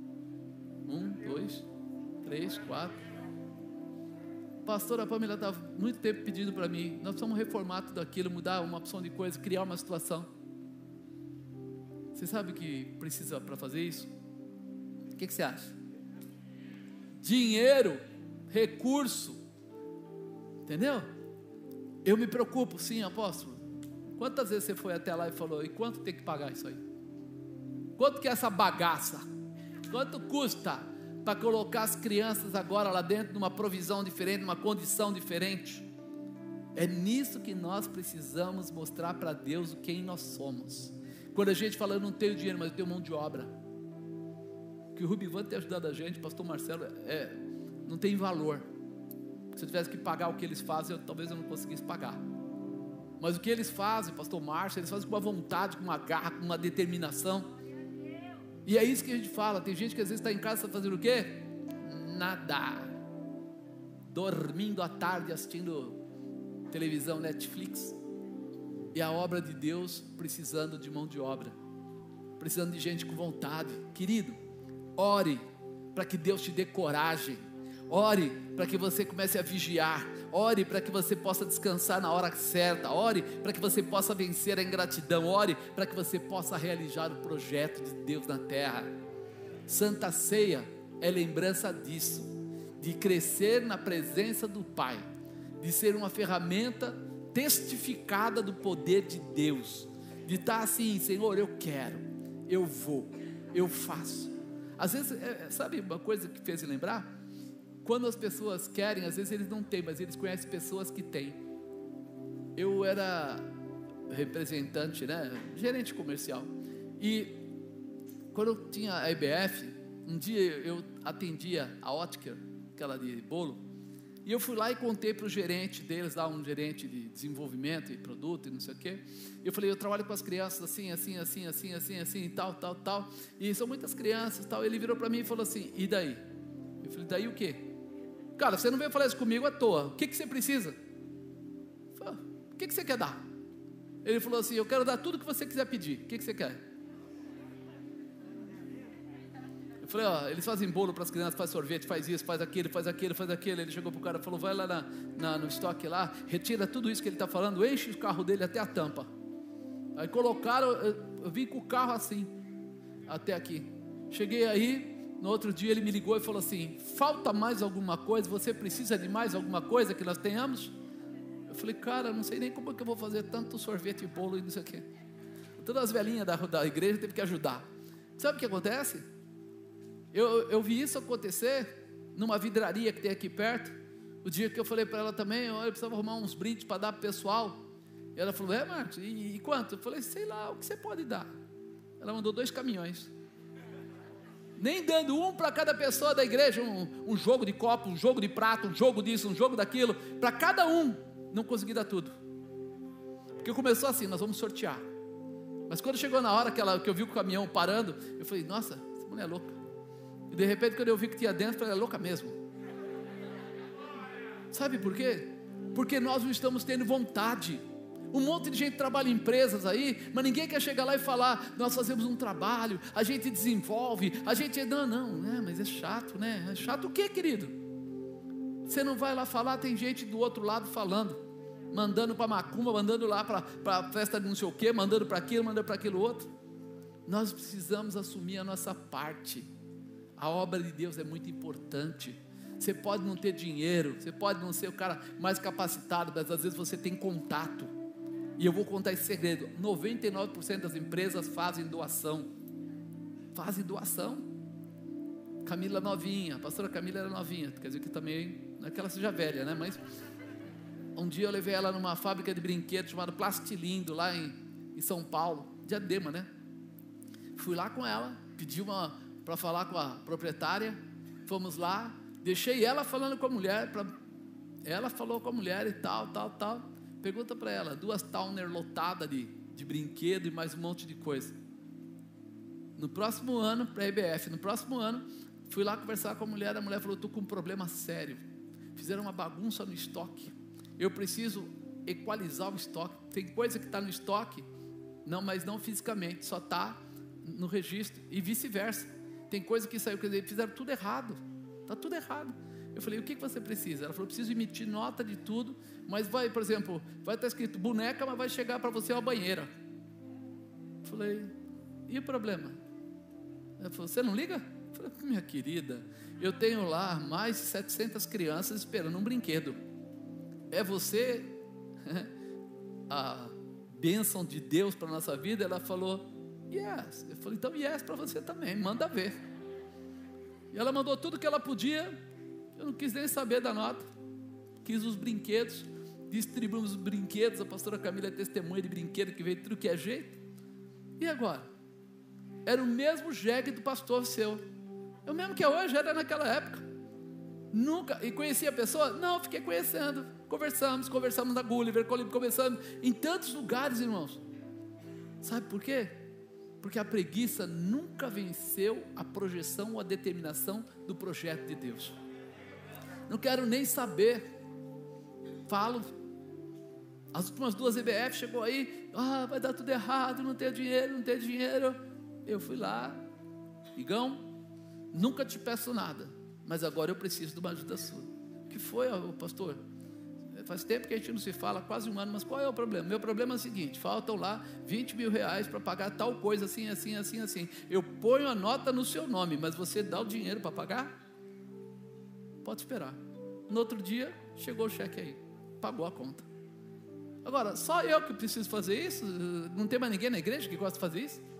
1, 2, 3, 4. Pastora Pamela está muito tempo pedindo para mim, nós precisamos reformar tudo aquilo, mudar uma opção de coisa, criar uma situação. Você sabe o que precisa para fazer isso? O que você acha? Dinheiro, recurso, entendeu? Eu me preocupo, sim, apóstolo. Quantas vezes você foi até lá e falou, e quanto tem que pagar isso aí? Quanto que é essa bagaça? Quanto custa para colocar as crianças agora lá dentro numa provisão diferente, numa condição diferente? É nisso que nós precisamos mostrar para Deus quem nós somos. Quando a gente fala, eu não tenho dinheiro, mas eu tenho mão de obra. Que o Rubivan tem ajudado a gente, pastor Marcelo, não tem valor. Se eu tivesse que pagar o que eles fazem, talvez eu não conseguisse pagar. Mas o que eles fazem, pastor Márcio, eles fazem com uma vontade, com uma garra, com uma determinação. E é isso que a gente fala. Tem gente que às vezes está em casa, está fazendo o quê? Nada. Dormindo à tarde, assistindo televisão, Netflix. E a obra de Deus precisando de mão de obra, precisando de gente com vontade. Querido, ore para que Deus te dê coragem. Ore para que você comece a vigiar. Ore para que você possa descansar na hora certa. Ore para que você possa vencer a ingratidão. Ore para que você possa realizar o projeto de Deus na terra. Santa Ceia é lembrança disso, de crescer na presença do Pai, de ser uma ferramenta testificada do poder de Deus, de estar assim, Senhor, eu quero, eu vou, eu faço. Às vezes, sabe uma coisa que fez lembrar? Quando as pessoas querem, às vezes eles não têm, mas eles conhecem pessoas que têm. Eu era representante, gerente comercial, e quando eu tinha a IBF, um dia eu atendia a Otker, aquela de bolo, e eu fui lá e contei para o gerente deles, lá um gerente de desenvolvimento e produto e não sei o quê. Eu falei, eu trabalho com as crianças assim, e tal. E são muitas crianças e tal. Ele virou para mim e falou assim, e daí? Eu falei, daí o quê? Cara, você não veio falar isso comigo à toa. O que você precisa? Eu falei, o que você quer dar? Ele falou assim, eu quero dar tudo que você quiser pedir. O que você quer? Eu falei, eles fazem bolo para as crianças, faz sorvete, faz isso, faz aquilo. Ele chegou para o cara e falou, vai lá no estoque lá, retira tudo isso que ele está falando, enche o carro dele até a tampa. Aí colocaram, eu vim com o carro assim, até aqui. Cheguei aí, no outro dia ele me ligou e falou assim, falta mais alguma coisa? Você precisa de mais alguma coisa que nós tenhamos? Eu falei, cara, não sei nem como é que eu vou fazer tanto sorvete e bolo e não sei o quê. Todas as velhinhas da igreja teve que ajudar. Sabe o que acontece? Eu vi isso acontecer numa vidraria que tem aqui perto. O dia que eu falei para ela também, eu precisava arrumar uns brindes para dar para o pessoal. E ela falou, Marcos, e quanto? Eu falei, sei lá, o que você pode dar? Ela mandou 2 caminhões. Nem dando um para cada pessoa da igreja, um jogo de copo, um jogo de prato, um jogo disso, um jogo daquilo, para cada um. Não consegui dar tudo, porque começou assim, nós vamos sortear. Mas quando chegou na hora que eu vi o caminhão parando, eu falei, nossa, essa mulher é louca. E de repente quando eu vi que tinha dentro, eu falei, é louca mesmo. Sabe por quê? Porque nós não estamos tendo vontade. Um monte de gente trabalha em empresas aí, mas ninguém quer chegar lá e falar, nós fazemos um trabalho, a gente desenvolve, a gente, mas é chato, É chato o quê, querido? Você não vai lá falar, tem gente do outro lado falando, mandando para macumba, mandando lá para a festa de não sei o quê, mandando para aquilo, mandando para aquilo outro. Nós precisamos assumir a nossa parte. A obra de Deus é muito importante. Você pode não ter dinheiro, você pode não ser o cara mais capacitado, mas às vezes você tem contato. E eu vou contar esse segredo: 99% das empresas fazem doação. Fazem doação. Camila novinha, a pastora Camila era novinha, quer dizer que também, não é que ela seja velha, Mas um dia eu levei ela numa fábrica de brinquedos chamada Plastilindo, lá em São Paulo, Diadema, Fui lá com ela, pedi para falar com a proprietária, fomos lá, deixei ela falando com a mulher, ela falou com a mulher e tal. Pergunta para ela, 2 Towner lotadas de brinquedo e mais um monte de coisa. No próximo ano, para a IBF, no próximo ano, Fui lá conversar com a mulher falou, estou com um problema sério, fizeram uma bagunça no estoque, eu preciso equalizar o estoque, tem coisa que está no estoque, não, mas não fisicamente, só está no registro, e vice-versa, tem coisa que saiu, quer dizer, fizeram tudo errado, está tudo errado. Eu falei, o que você precisa? Ela falou, preciso emitir nota de tudo, mas vai, por exemplo, vai estar escrito boneca, mas vai chegar para você uma banheira. Eu falei, e o problema? Ela falou, você não liga? Eu falei, minha querida, eu tenho lá mais de 700 crianças esperando um brinquedo, é você a bênção de Deus para a nossa vida? Ela falou, yes. Eu falei, então yes para você também, manda ver. E ela mandou tudo que ela podia. Eu não quis nem saber da nota, quis os brinquedos, distribuímos os brinquedos, a pastora Camila é testemunha de brinquedo, que veio de tudo que é jeito. E agora? Era o mesmo jegue do pastor seu, é o mesmo que é hoje, era naquela época. Nunca, e conhecia a pessoa? Não, fiquei conhecendo, conversamos na Gulliver, conversamos em tantos lugares, irmãos. Sabe por quê? Porque a preguiça nunca venceu a projeção ou a determinação do projeto de Deus. Não quero nem saber, falo, as últimas 2 EBF chegou aí, vai dar tudo errado, não tenho dinheiro, eu fui lá, Igão, nunca te peço nada, mas agora eu preciso de uma ajuda sua. O que foi, pastor? Faz tempo que a gente não se fala, quase um ano, mas qual é o problema? Meu problema é o seguinte, faltam lá 20 mil reais para pagar tal coisa, assim, eu ponho a nota no seu nome, mas você dá o dinheiro para pagar? Pode esperar. No outro dia, chegou o cheque aí, pagou a conta. Agora, só eu que preciso fazer isso? Não tem mais ninguém na igreja que gosta de fazer isso?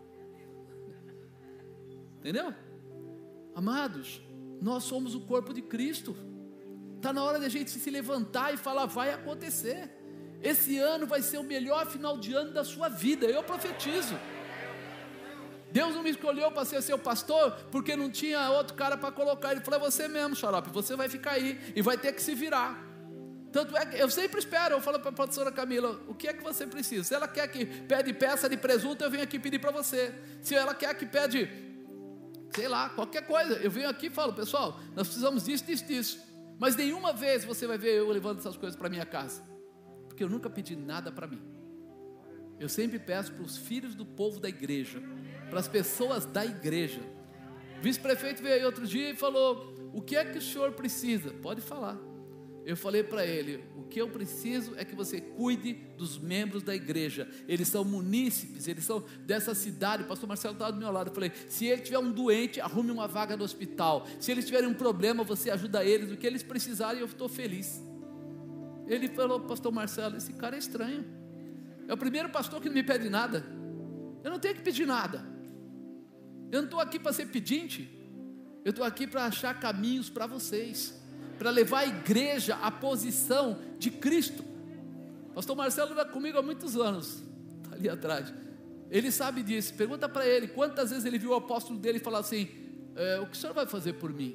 Entendeu? Amados, nós somos o corpo de Cristo. Está na hora de a gente se levantar e falar, vai acontecer. Esse ano vai ser o melhor final de ano da sua vida, eu profetizo. Deus não me escolheu para ser seu pastor porque não tinha outro cara para colocar. Ele falou, é você mesmo, xarope, você vai ficar aí e vai ter que se virar. Tanto é que eu sempre espero, eu falo para a pastora Camila, o que é que você precisa? Se ela quer que pede peça de presunto, eu venho aqui pedir para você. Se ela quer que pede, sei lá, qualquer coisa, eu venho aqui e falo, pessoal, nós precisamos disso. Mas nenhuma vez você vai ver eu levando essas coisas para minha casa, porque eu nunca pedi nada para mim. Eu sempre peço para os filhos do povo da igreja, para as pessoas da igreja. O vice-prefeito veio aí outro dia e falou, o que é que o senhor precisa? Pode falar. Eu falei para ele, o que eu preciso é que você cuide dos membros da igreja, eles são munícipes, eles são dessa cidade. O pastor Marcelo estava do meu lado. Eu falei, se ele tiver um doente, arrume uma vaga no hospital, se eles tiverem um problema, você ajuda eles, o que eles precisarem, eu estou feliz. Ele falou, pastor Marcelo, esse cara é estranho, é o primeiro pastor que não me pede nada. Eu não tenho que pedir nada, eu não estou aqui para ser pedinte, eu estou aqui para achar caminhos para vocês, para levar a igreja à posição de Cristo. Pastor Marcelo está comigo há muitos anos, está ali atrás, ele sabe disso. Pergunta para ele, quantas vezes ele viu o apóstolo dele falar assim, o que o senhor vai fazer por mim?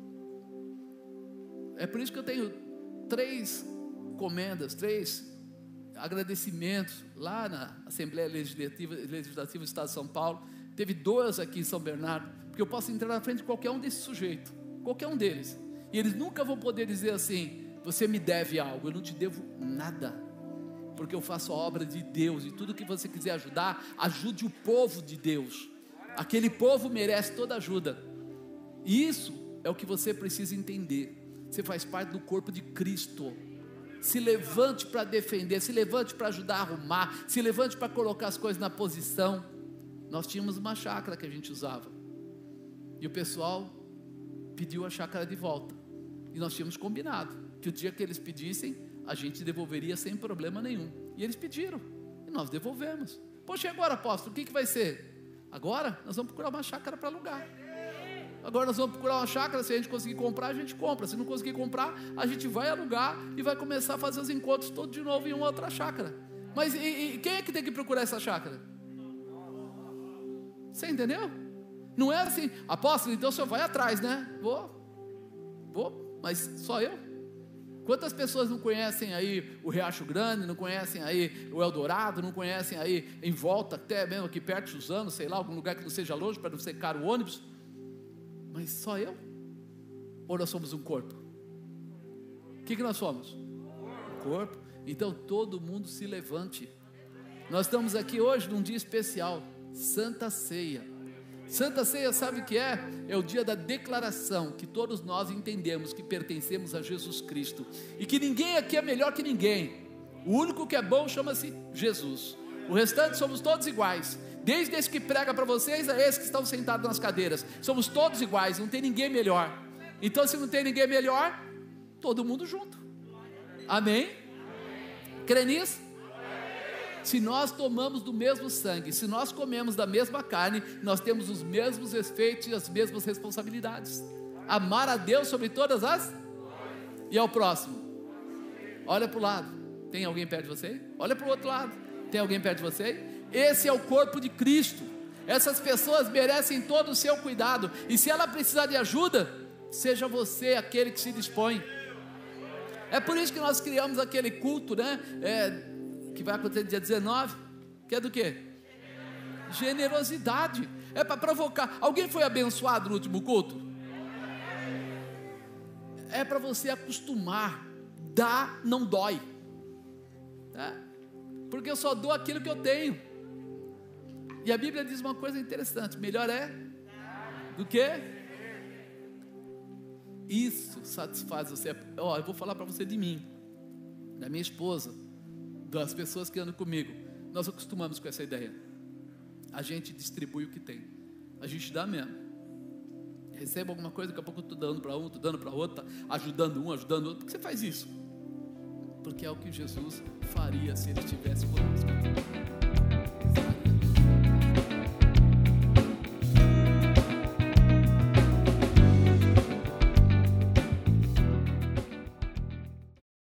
É por isso que eu tenho 3 comendas, 3 agradecimentos lá na Assembleia Legislativa do Estado de São Paulo. Teve 2 aqui em São Bernardo, porque eu posso entrar na frente de qualquer um desses sujeitos, qualquer um deles, e eles nunca vão poder dizer assim, você me deve algo. Eu não te devo nada, porque eu faço a obra de Deus, e tudo que você quiser ajudar, ajude o povo de Deus. Aquele povo merece toda ajuda, e isso é o que você precisa entender. Você faz parte do corpo de Cristo. Se levante para defender, se levante para ajudar a arrumar, se levante para colocar as coisas na posição. Nós tínhamos uma chácara que a gente usava, e o pessoal pediu a chácara de volta, e nós tínhamos combinado que o dia que eles pedissem, a gente devolveria sem problema nenhum. E eles pediram, e nós devolvemos. Poxa, e agora, apóstolo, o que vai ser? Agora nós vamos procurar uma chácara para alugar. Agora nós vamos procurar uma chácara, se a gente conseguir comprar, a gente compra. Se não conseguir comprar, a gente vai alugar e vai começar a fazer os encontros todos de novo em uma outra chácara. Mas e quem é que tem que procurar essa chácara? Você entendeu? Não é assim, apóstolo, então o senhor vai atrás, né? Vou, mas só eu? Quantas pessoas não conhecem aí o Riacho Grande, não conhecem aí o Eldorado, não conhecem aí em volta, até mesmo aqui perto de Suzano, sei lá, algum lugar que não seja longe, para não ser caro o ônibus? Mas só eu? Ou nós somos um corpo? O que nós somos? Um corpo. Então todo mundo se levante. Nós estamos aqui hoje num dia especial, Santa Ceia. Santa Ceia, sabe o que é? É o dia da declaração que todos nós entendemos que pertencemos a Jesus Cristo e que ninguém aqui é melhor que ninguém. O único que é bom chama-se Jesus. O restante somos todos iguais, desde esse que prega para vocês a esses que estão sentados nas cadeiras. Somos todos iguais, não tem ninguém melhor. Então, se não tem ninguém melhor, todo mundo junto. Amém? Crê nisso? Se nós tomamos do mesmo sangue, se nós comemos da mesma carne, nós temos os mesmos efeitos e as mesmas responsabilidades. Amar a Deus sobre todas as... E ao próximo? Olha para o lado. Tem alguém perto de você? Olha para o outro lado. Tem alguém perto de você? Esse é o corpo de Cristo. Essas pessoas merecem todo o seu cuidado. E se ela precisar de ajuda, seja você aquele que se dispõe. É por isso que nós criamos aquele culto, né? Que vai acontecer dia 19, que é do quê? Generosidade. É para provocar. Alguém foi abençoado no último culto? É para você acostumar. Dar não dói, tá? Porque eu só dou aquilo que eu tenho. E a Bíblia diz uma coisa interessante: melhor é do que isso satisfaz você. Eu vou falar para você de mim, da minha esposa, das pessoas que andam comigo. Nós acostumamos com essa ideia. A gente distribui o que tem. A gente dá mesmo. Receba alguma coisa, daqui a pouco eu estou dando para um, estou dando para outro, ajudando um, ajudando outro. Por que você faz isso? Porque é o que Jesus faria se ele estivesse conosco.